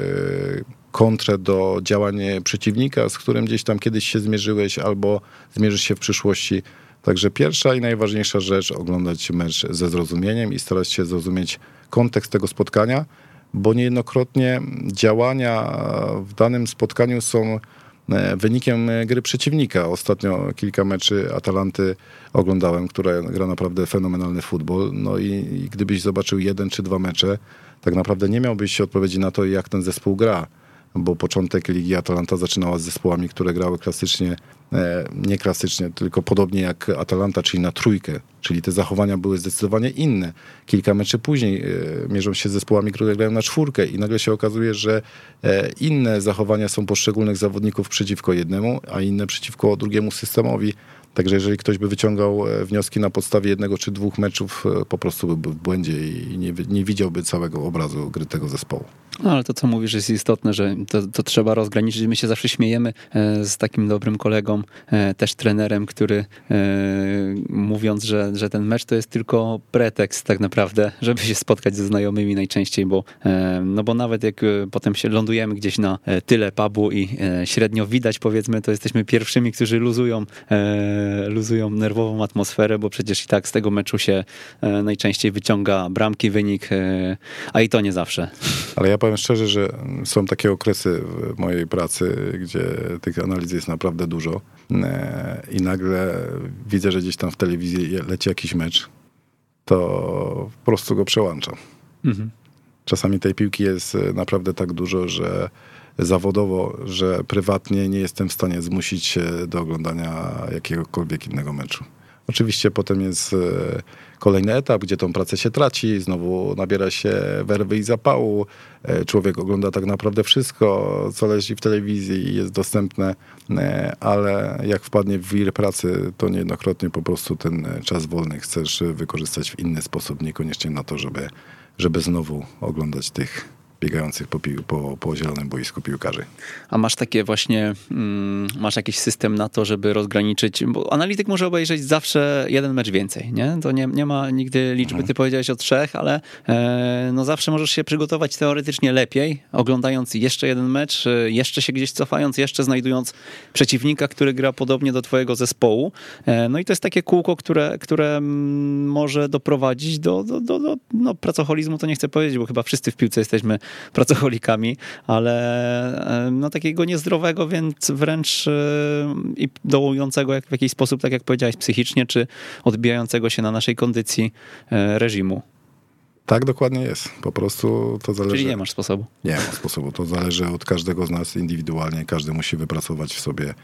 kontrę do działań przeciwnika, z którym gdzieś tam kiedyś się zmierzyłeś albo zmierzysz się w przyszłości. Także pierwsza i najważniejsza rzecz, oglądać mecz ze zrozumieniem i starać się zrozumieć kontekst tego spotkania, bo niejednokrotnie działania w danym spotkaniu są wynikiem gry przeciwnika. Ostatnio kilka meczy Atalanty oglądałem, która gra naprawdę fenomenalny futbol. No i gdybyś zobaczył 1 czy 2 mecze, tak naprawdę nie miałbyś odpowiedzi na to, jak ten zespół gra, bo początek Ligi Atalanta zaczynała z zespołami, które grały klasycznie, nie klasycznie, tylko podobnie jak Atalanta, czyli na trójkę, czyli te zachowania były zdecydowanie inne. Kilka meczy później mierzą się z zespołami, które grają na czwórkę i nagle się okazuje, że inne zachowania są poszczególnych zawodników przeciwko jednemu, a inne przeciwko drugiemu systemowi. Także jeżeli ktoś by wyciągał wnioski na podstawie 1 czy 2 meczów, po prostu byłby w błędzie i nie widziałby całego obrazu gry tego zespołu. No, ale to, co mówisz, jest istotne, że to trzeba rozgraniczyć. My się zawsze śmiejemy z takim dobrym kolegą, też trenerem, który mówiąc, że ten mecz to jest tylko pretekst tak naprawdę, żeby się spotkać ze znajomymi najczęściej, bo nawet jak potem się lądujemy gdzieś na tyle pubu i średnio widać, powiedzmy, to jesteśmy pierwszymi, którzy luzują nerwową atmosferę, bo przecież i tak z tego meczu się najczęściej wyciąga bramki, wynik, a i to nie zawsze. Ale ja powiem szczerze, że są takie okresy w mojej pracy, gdzie tych analiz jest naprawdę dużo i nagle widzę, że gdzieś tam w telewizji leci jakiś mecz, to po prostu go przełączam. Mhm. Czasami tej piłki jest naprawdę tak dużo, że zawodowo, że prywatnie nie jestem w stanie zmusić się do oglądania jakiegokolwiek innego meczu. Oczywiście potem jest kolejny etap, gdzie tą pracę się traci, znowu nabiera się werwy i zapału. Człowiek ogląda tak naprawdę wszystko, co leci w telewizji i jest dostępne, ale jak wpadnie w wir pracy, to niejednokrotnie po prostu ten czas wolny chcesz wykorzystać w inny sposób, niekoniecznie na to, żeby znowu oglądać tych biegających po zielonym boisku piłkarzy. A masz takie właśnie, masz jakiś system na to, żeby rozgraniczyć, bo analityk może obejrzeć zawsze jeden mecz więcej, nie? To nie ma nigdy liczby, ty powiedziałeś o 3, ale no zawsze możesz się przygotować teoretycznie lepiej, oglądając jeszcze jeden mecz, jeszcze się gdzieś cofając, jeszcze znajdując przeciwnika, który gra podobnie do twojego zespołu. No i to jest takie kółko, które może doprowadzić do pracoholizmu, to nie chcę powiedzieć, bo chyba wszyscy w piłce jesteśmy pracocholikami, ale no takiego niezdrowego, więc wręcz i dołującego w jakiś sposób, tak jak powiedziałeś, psychicznie, czy odbijającego się na naszej kondycji reżimu. Tak dokładnie jest. Po prostu to zależy... Czyli nie masz sposobu? Nie mam sposobu. To zależy od każdego z nas indywidualnie. Każdy musi wypracować w sobie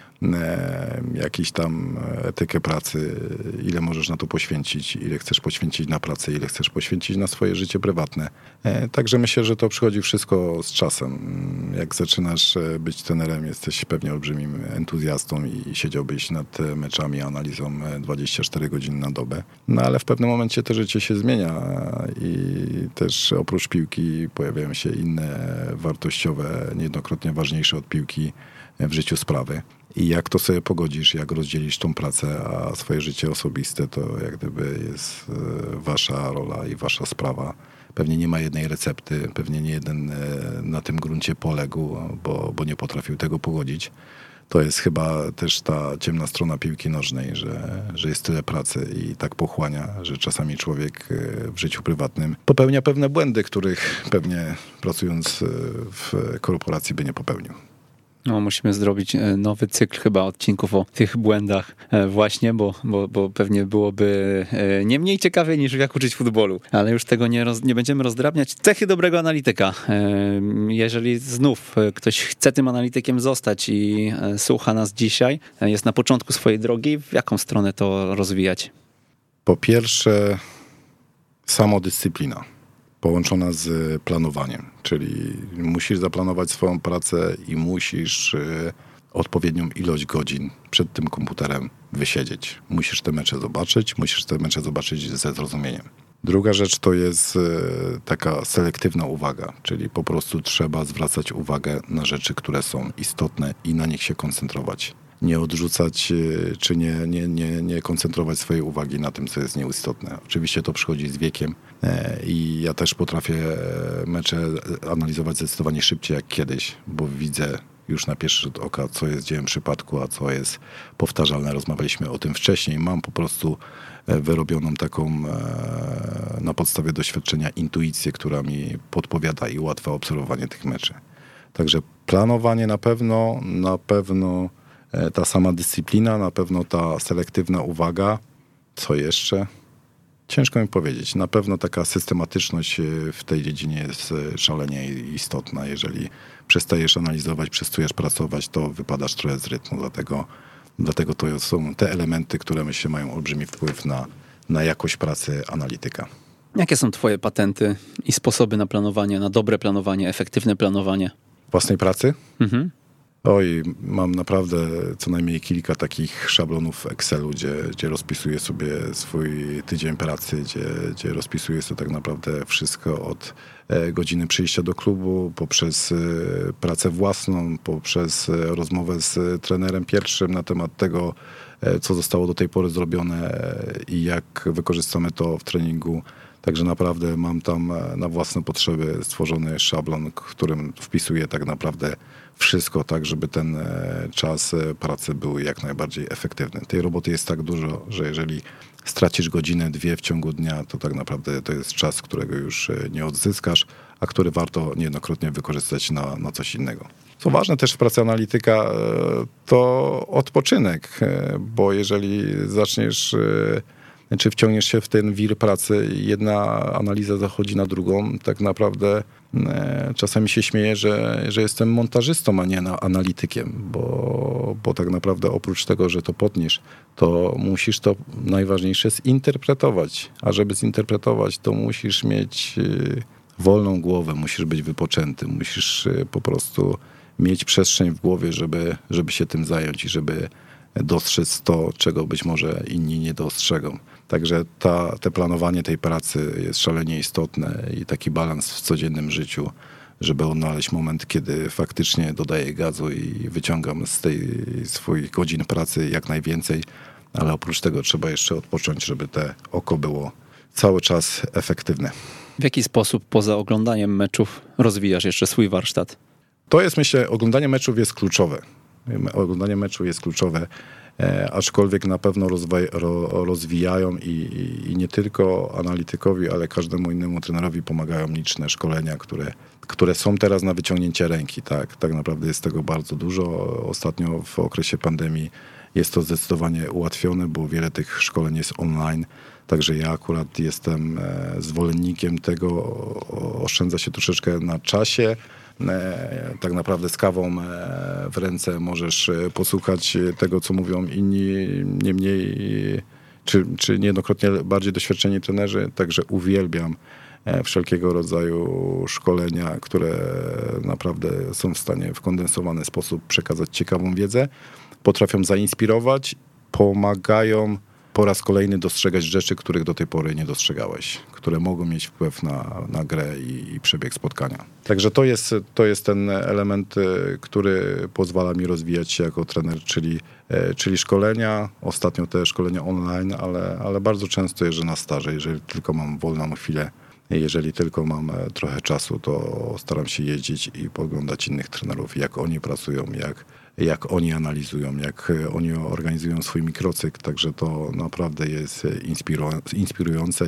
jakiś tam etykę pracy, ile możesz na to poświęcić, ile chcesz poświęcić na pracę, ile chcesz poświęcić na swoje życie prywatne. Także myślę, że to przychodzi wszystko z czasem. Jak zaczynasz być trenerem, jesteś pewnie olbrzymim entuzjastą i siedziałbyś nad meczami, analizą 24 godziny na dobę. No ale w pewnym momencie to życie się zmienia i też oprócz piłki pojawiają się inne wartościowe, niejednokrotnie ważniejsze od piłki w życiu sprawy. I jak to sobie pogodzisz, jak rozdzielisz tą pracę, a swoje życie osobiste, to jak gdyby jest wasza rola i wasza sprawa. Pewnie nie ma jednej recepty, pewnie nie jeden na tym gruncie poległ, bo nie potrafił tego pogodzić. To jest chyba też ta ciemna strona piłki nożnej, że jest tyle pracy i tak pochłania, że czasami człowiek w życiu prywatnym popełnia pewne błędy, których pewnie pracując w korporacji by nie popełnił. No, musimy zrobić nowy cykl chyba odcinków o tych błędach właśnie, bo pewnie byłoby nie mniej ciekawie niż jak uczyć futbolu. Ale już tego nie będziemy rozdrabniać. Cechy dobrego analityka. Jeżeli znów ktoś chce tym analitykiem zostać i słucha nas dzisiaj, jest na początku swojej drogi, w jaką stronę to rozwijać? Po pierwsze, samodyscyplina połączona z planowaniem, czyli musisz zaplanować swoją pracę i musisz odpowiednią ilość godzin przed tym komputerem wysiedzieć. Musisz te mecze zobaczyć ze zrozumieniem. Druga rzecz to jest taka selektywna uwaga, czyli po prostu trzeba zwracać uwagę na rzeczy, które są istotne i na nich się koncentrować. Nie odrzucać, czy nie koncentrować swojej uwagi na tym, co jest nieistotne. Oczywiście to przychodzi z wiekiem i ja też potrafię mecze analizować zdecydowanie szybciej jak kiedyś, bo widzę już na pierwszy rzut oka, co jest dziełem przypadku, a co jest powtarzalne. Rozmawialiśmy o tym wcześniej. Mam po prostu wyrobioną taką na podstawie doświadczenia intuicję, która mi podpowiada i ułatwia obserwowanie tych meczy. Także planowanie na pewno ta sama dyscyplina, na pewno ta selektywna uwaga. Co jeszcze? Ciężko mi powiedzieć. Na pewno taka systematyczność w tej dziedzinie jest szalenie istotna. Jeżeli przestajesz analizować, przestajesz pracować, to wypadasz trochę z rytmu. Dlatego to są te elementy, które myślę mają olbrzymi wpływ na jakość pracy analityka. Jakie są twoje patenty i sposoby na planowanie, na dobre planowanie, efektywne planowanie? Własnej pracy? Mhm. Oj, mam naprawdę co najmniej kilka takich szablonów w Excelu, gdzie rozpisuję sobie swój tydzień pracy, gdzie rozpisuję sobie tak naprawdę wszystko od godziny przyjścia do klubu, poprzez pracę własną, poprzez rozmowę z trenerem pierwszym na temat tego, co zostało do tej pory zrobione i jak wykorzystamy to w treningu. Także naprawdę mam tam na własne potrzeby stworzony szablon, którym wpisuję tak naprawdę wszystko, tak żeby ten czas pracy był jak najbardziej efektywny. Tej roboty jest tak dużo, że jeżeli stracisz godzinę, 2 w ciągu dnia, to tak naprawdę to jest czas, którego już nie odzyskasz, a który warto niejednokrotnie wykorzystać na coś innego. Co ważne też w pracy analityka, to odpoczynek, bo jeżeli zaczniesz czy wciągniesz się w ten wir pracy i jedna analiza zachodzi na drugą, tak naprawdę czasami się śmieję, że jestem montażystą, a nie analitykiem, bo tak naprawdę oprócz tego, że to potniesz, to musisz to najważniejsze zinterpretować, a żeby zinterpretować, to musisz mieć wolną głowę, musisz być wypoczęty, musisz po prostu mieć przestrzeń w głowie, żeby się tym zająć i żeby dostrzec to, czego być może inni nie dostrzegą. Także te planowanie tej pracy jest szalenie istotne i taki balans w codziennym życiu, żeby odnaleźć moment, kiedy faktycznie dodaję gazu i wyciągam z tej swoich godzin pracy jak najwięcej, ale oprócz tego trzeba jeszcze odpocząć, żeby te oko było cały czas efektywne. W jaki sposób poza oglądaniem meczów rozwijasz jeszcze swój warsztat? To jest, myślę, oglądanie meczów jest kluczowe. Oglądanie meczu jest kluczowe. aczkolwiek na pewno rozwijają i nie tylko analitykowi, ale każdemu innemu trenerowi pomagają liczne szkolenia, które są teraz na wyciągnięcie ręki. Tak naprawdę jest tego bardzo dużo. Ostatnio w okresie pandemii jest to zdecydowanie ułatwione, bo wiele tych szkoleń jest online. Także ja akurat jestem zwolennikiem tego, oszczędza się troszeczkę na czasie. Tak naprawdę z kawą w ręce możesz posłuchać tego, co mówią inni, nie mniej, czy niejednokrotnie bardziej doświadczeni trenerzy. Także uwielbiam wszelkiego rodzaju szkolenia, które naprawdę są w stanie w kondensowany sposób przekazać ciekawą wiedzę, potrafią zainspirować, pomagają po raz kolejny dostrzegać rzeczy, których do tej pory nie dostrzegałeś, które mogą mieć wpływ na grę i przebieg spotkania. Także to jest ten element, który pozwala mi rozwijać się jako trener, czyli szkolenia, ostatnio te szkolenia online, ale bardzo często jeżdżę na staże, jeżeli tylko mam wolną chwilę, jeżeli tylko mam trochę czasu, to staram się jeździć i poglądać innych trenerów, jak oni pracują, jak oni analizują, jak oni organizują swój mikrocykl. Także to naprawdę jest inspirujące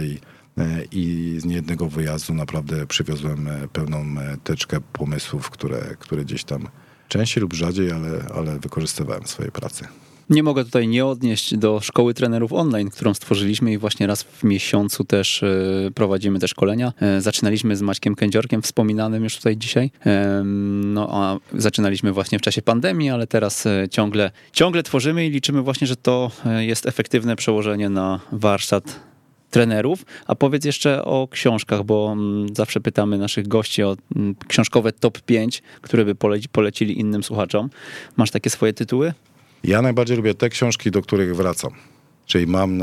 i z niejednego wyjazdu naprawdę przywiozłem pełną teczkę pomysłów, które gdzieś tam częściej lub rzadziej, ale wykorzystywałem w swojej pracy. Nie mogę tutaj nie odnieść do szkoły trenerów online, którą stworzyliśmy i właśnie raz w miesiącu też prowadzimy te szkolenia. Zaczynaliśmy z Maćkiem Kędziorkiem, wspominanym już tutaj dzisiaj. No a zaczynaliśmy właśnie w czasie pandemii, ale teraz ciągle tworzymy i liczymy właśnie, że to jest efektywne przełożenie na warsztat trenerów. A powiedz jeszcze o książkach, bo zawsze pytamy naszych gości o książkowe top 5, które by polecili innym słuchaczom. Masz takie swoje tytuły? Ja najbardziej lubię te książki, do których wracam. Czyli mam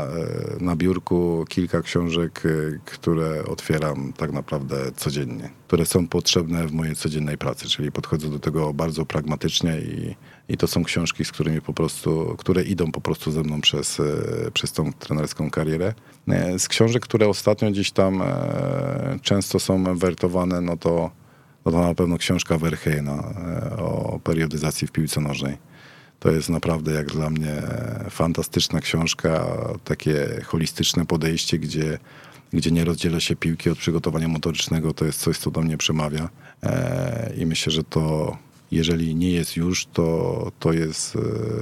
na biurku kilka książek, które otwieram tak naprawdę codziennie, które są potrzebne w mojej codziennej pracy, czyli podchodzę do tego bardzo pragmatycznie i to są książki, które idą po prostu ze mną przez tą trenerską karierę. Z książek, które ostatnio gdzieś tam często są wertowane, no to na pewno książka Verheijena o periodyzacji w piłce nożnej. To jest naprawdę jak dla mnie fantastyczna książka, takie holistyczne podejście, gdzie nie rozdziela się piłki od przygotowania motorycznego. To jest coś, co do mnie przemawia i myślę, że to, jeżeli nie jest już, to jest,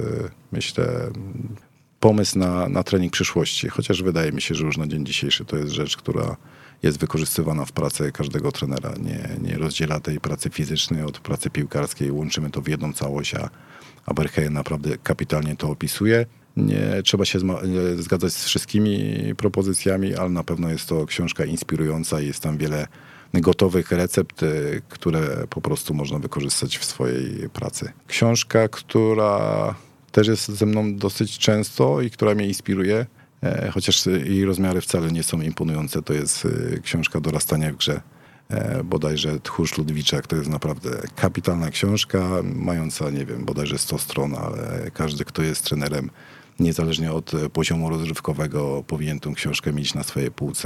myślę, pomysł na trening przyszłości. Chociaż wydaje mi się, że już na dzień dzisiejszy to jest rzecz, która jest wykorzystywana w pracy każdego trenera. Nie rozdziela tej pracy fizycznej od pracy piłkarskiej. Łączymy to w jedną całość, a Verheyen naprawdę kapitalnie to opisuje. Nie trzeba się zgadzać z wszystkimi propozycjami, ale na pewno jest to książka inspirująca i jest tam wiele gotowych recept, które po prostu można wykorzystać w swojej pracy. Książka, która też jest ze mną dosyć często i która mnie inspiruje, chociaż jej rozmiary wcale nie są imponujące, to jest książka Dorastanie w grze. Bodajże Tchórz Ludwiczak. To jest naprawdę kapitalna książka, mająca, nie wiem, bodajże 100 stron, ale każdy, kto jest trenerem, niezależnie od poziomu rozrywkowego, powinien tę książkę mieć na swojej półce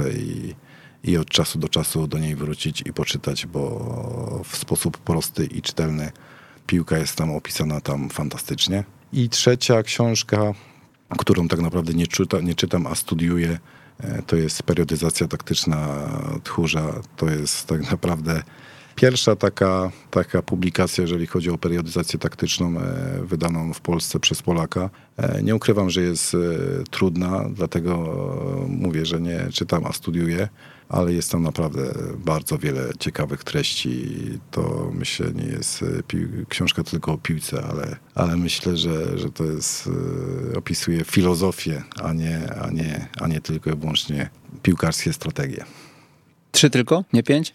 i od czasu do czasu do niej wrócić i poczytać, bo w sposób prosty i czytelny piłka jest tam opisana fantastycznie. I trzecia książka, którą tak naprawdę nie czytam, a studiuję, to jest periodyzacja taktyczna Tchórza. To jest tak naprawdę pierwsza taka publikacja, jeżeli chodzi o periodyzację taktyczną, wydaną w Polsce przez Polaka. Nie ukrywam, że jest trudna, dlatego mówię, że nie czytam, a studiuję, ale jest tam naprawdę bardzo wiele ciekawych treści. To myślę, nie jest książka tylko o piłce, ale myślę, że to jest, opisuje filozofię, a nie tylko i wyłącznie piłkarskie strategie. 3 tylko? Nie 5?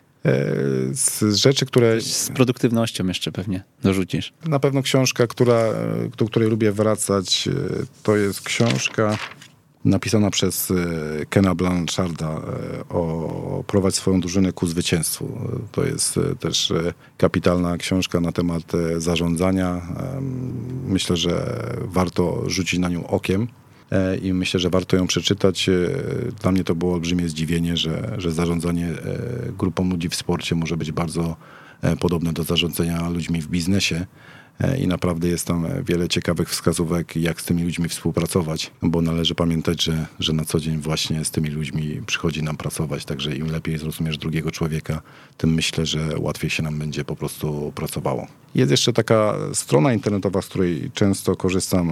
Z rzeczy, które... Z produktywnością jeszcze pewnie dorzucisz. Na pewno książka, do której lubię wracać, to jest książka napisana przez Kena Blancharda o prowadź swoją drużynę ku zwycięstwu. To jest też kapitalna książka na temat zarządzania. Myślę, że warto rzucić na nią okiem i myślę, że warto ją przeczytać. Dla mnie to było olbrzymie zdziwienie, że zarządzanie grupą ludzi w sporcie może być bardzo podobne do zarządzania ludźmi w biznesie. I naprawdę jest tam wiele ciekawych wskazówek, jak z tymi ludźmi współpracować, bo należy pamiętać, że na co dzień właśnie z tymi ludźmi przychodzi nam pracować, także im lepiej zrozumiesz drugiego człowieka, tym myślę, że łatwiej się nam będzie po prostu pracowało. Jest jeszcze taka strona internetowa, z której często korzystam,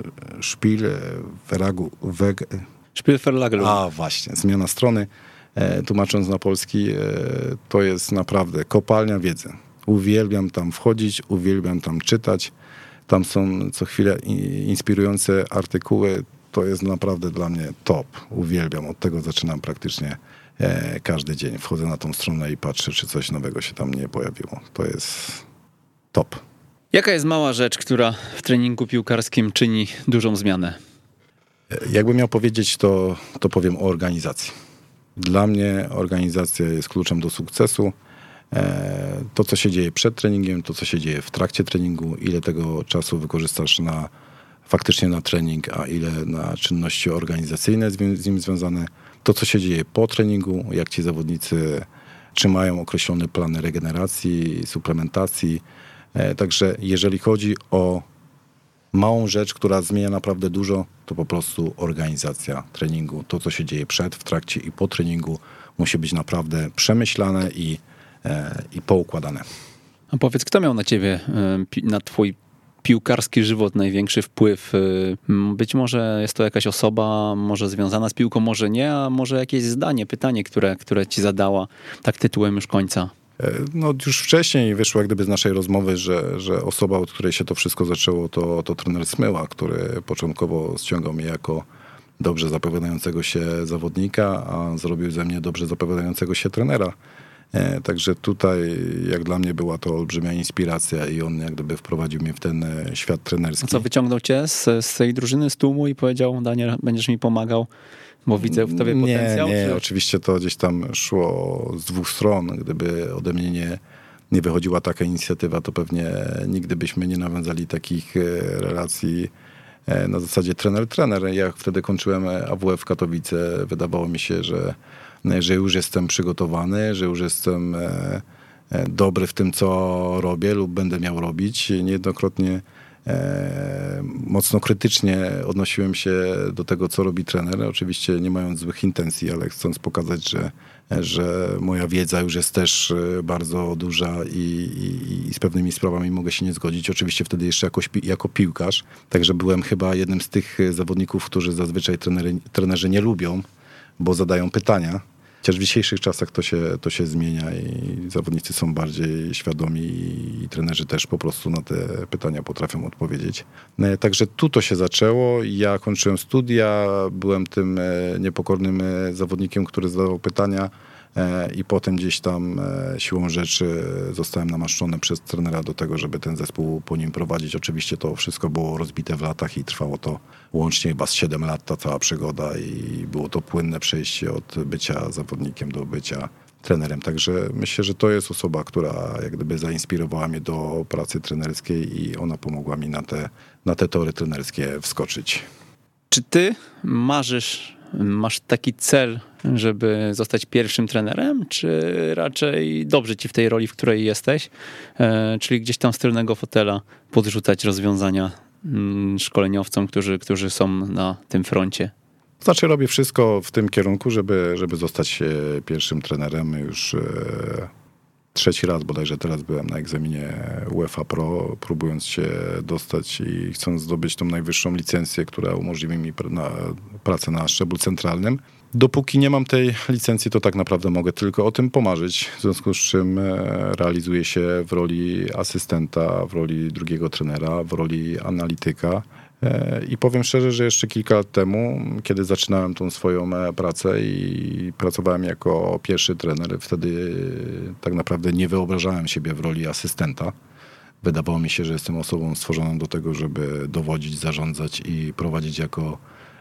Spielverlagerung. A właśnie, zmiana strony, tłumacząc na polski, to jest naprawdę kopalnia wiedzy. Uwielbiam tam wchodzić, uwielbiam tam czytać. Tam są co chwilę inspirujące artykuły. To jest naprawdę dla mnie top. Uwielbiam. Od tego zaczynam praktycznie każdy dzień. Wchodzę na tą stronę i patrzę, czy coś nowego się tam nie pojawiło. To jest top. Jaka jest mała rzecz, która w treningu piłkarskim czyni dużą zmianę? Jakbym miał powiedzieć, to powiem o organizacji. Dla mnie organizacja jest kluczem do sukcesu. To, co się dzieje przed treningiem, to, co się dzieje w trakcie treningu, ile tego czasu wykorzystasz faktycznie na trening, a ile na czynności organizacyjne z nim związane. To, co się dzieje po treningu, jak ci zawodnicy trzymają określone plany regeneracji, suplementacji. Także jeżeli chodzi o małą rzecz, która zmienia naprawdę dużo, to po prostu organizacja treningu. To, co się dzieje przed, w trakcie i po treningu, musi być naprawdę przemyślane i poukładane. A powiedz, kto miał na ciebie, na twój piłkarski żywot największy wpływ? Być może jest to jakaś osoba, może związana z piłką, może nie, a może jakieś zdanie, pytanie, które ci zadała tak tytułem już końca. No już wcześniej wyszło jak gdyby z naszej rozmowy, że osoba, od której się to wszystko zaczęło, to trener Smyła, który początkowo ściągał mnie jako dobrze zapowiadającego się zawodnika, a zrobił ze mnie dobrze zapowiadającego się trenera. Także tutaj jak dla mnie była to olbrzymia inspiracja i on jak gdyby wprowadził mnie w ten świat trenerski. A co, wyciągnął cię z tej drużyny, z tłumu i powiedział: Daniel, będziesz mi pomagał, bo widzę w tobie potencjał? Nie, oczywiście to gdzieś tam szło z dwóch stron. Gdyby ode mnie nie wychodziła taka inicjatywa, to pewnie nigdy byśmy nie nawiązali takich relacji na zasadzie trener-trener. Jak wtedy kończyłem AWF Katowice, wydawało mi się, że już jestem przygotowany, że już jestem dobry w tym, co robię lub będę miał robić. Niejednokrotnie mocno krytycznie odnosiłem się do tego, co robi trener. Oczywiście nie mając złych intencji, ale chcąc pokazać, że moja wiedza już jest też bardzo duża i z pewnymi sprawami mogę się nie zgodzić. Oczywiście wtedy jeszcze jako piłkarz. Także byłem chyba jednym z tych zawodników, którzy zazwyczaj trenerzy nie lubią, bo zadają pytania. Chociaż w dzisiejszych czasach to się zmienia i zawodnicy są bardziej świadomi i trenerzy też po prostu na te pytania potrafią odpowiedzieć. Także tu to się zaczęło. Ja kończyłem studia, byłem tym niepokornym zawodnikiem, który zadawał pytania i potem gdzieś tam siłą rzeczy zostałem namaszczony przez trenera do tego, żeby ten zespół po nim prowadzić. Oczywiście to wszystko było rozbite w latach i trwało to łącznie chyba z 7 lat, ta cała przygoda, i było to płynne przejście od bycia zawodnikiem do bycia trenerem. Także myślę, że to jest osoba, która jak gdyby zainspirowała mnie do pracy trenerskiej i ona pomogła mi na te tory trenerskie wskoczyć. Czy ty masz taki cel, żeby zostać pierwszym trenerem, czy raczej dobrze ci w tej roli, w której jesteś, czyli gdzieś tam z tylnego fotela podrzucać rozwiązania szkoleniowcom, którzy są na tym froncie? Znaczy robię wszystko w tym kierunku, żeby zostać pierwszym trenerem. Już 3. raz bodajże teraz byłem na egzaminie UEFA Pro, próbując się dostać i chcąc zdobyć tą najwyższą licencję, która umożliwi mi pracę na szczeblu centralnym. Dopóki nie mam tej licencji, to tak naprawdę mogę tylko o tym pomarzyć, w związku z czym realizuję się w roli asystenta, w roli drugiego trenera, w roli analityka. I powiem szczerze, że jeszcze kilka lat temu, kiedy zaczynałem tą swoją pracę i pracowałem jako pierwszy trener, wtedy tak naprawdę nie wyobrażałem siebie w roli asystenta. Wydawało mi się, że jestem osobą stworzoną do tego, żeby dowodzić, zarządzać i prowadzić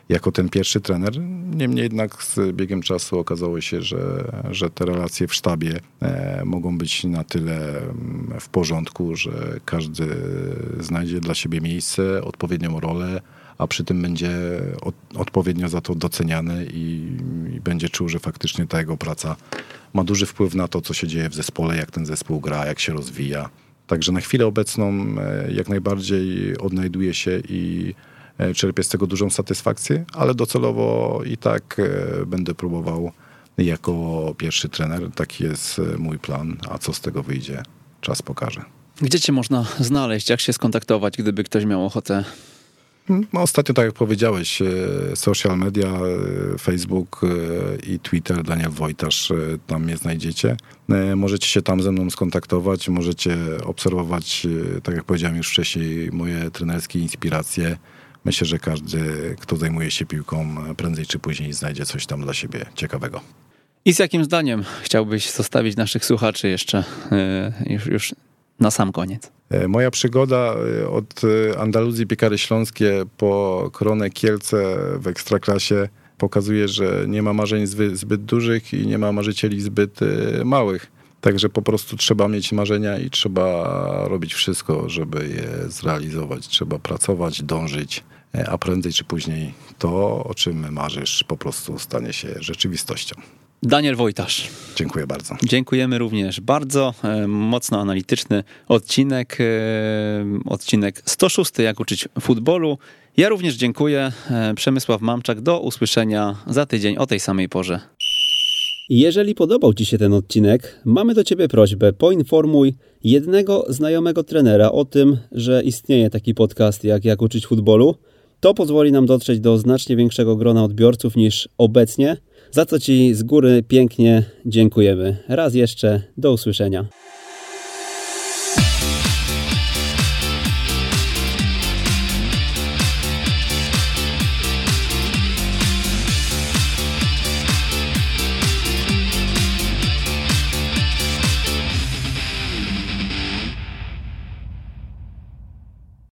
jako ten pierwszy trener. Niemniej jednak z biegiem czasu okazało się, że te relacje w sztabie mogą być na tyle w porządku, że każdy znajdzie dla siebie miejsce, odpowiednią rolę, a przy tym będzie odpowiednio za to doceniany i będzie czuł, że faktycznie ta jego praca ma duży wpływ na to, co się dzieje w zespole, jak ten zespół gra, jak się rozwija. Także na chwilę obecną jak najbardziej odnajduję się i czerpię z tego dużą satysfakcję, ale docelowo i tak będę próbował jako pierwszy trener. Taki jest mój plan, a co z tego wyjdzie, czas pokaże. Gdzie cię można znaleźć? Jak się skontaktować, gdyby ktoś miał ochotę? Ostatnio, tak jak powiedziałeś, social media, Facebook i Twitter, Daniel Wojtasz, tam mnie znajdziecie. Możecie się tam ze mną skontaktować, możecie obserwować, tak jak powiedziałem już wcześniej, moje trenerskie inspiracje. Myślę, że każdy, kto zajmuje się piłką, prędzej czy później znajdzie coś tam dla siebie ciekawego. I z jakim zdaniem chciałbyś zostawić naszych słuchaczy jeszcze już na sam koniec? Moja przygoda od Andaluzji Piekary Śląskie po Koronę Kielce w Ekstraklasie pokazuje, że nie ma marzeń zbyt dużych i nie ma marzycieli zbyt małych. Także po prostu trzeba mieć marzenia i trzeba robić wszystko, żeby je zrealizować. Trzeba pracować, dążyć, a prędzej czy później to, o czym marzysz, po prostu stanie się rzeczywistością. Daniel Wojtasz. Dziękuję bardzo. Dziękujemy również bardzo. Mocno analityczny odcinek 106, jak uczyć futbolu. Ja również dziękuję. Przemysław Mamczak. Do usłyszenia za tydzień o tej samej porze. Jeżeli podobał Ci się ten odcinek, mamy do Ciebie prośbę. Poinformuj jednego znajomego trenera o tym, że istnieje taki podcast jak uczyć futbolu. To pozwoli nam dotrzeć do znacznie większego grona odbiorców niż obecnie, za co Ci z góry pięknie dziękujemy. Raz jeszcze, do usłyszenia.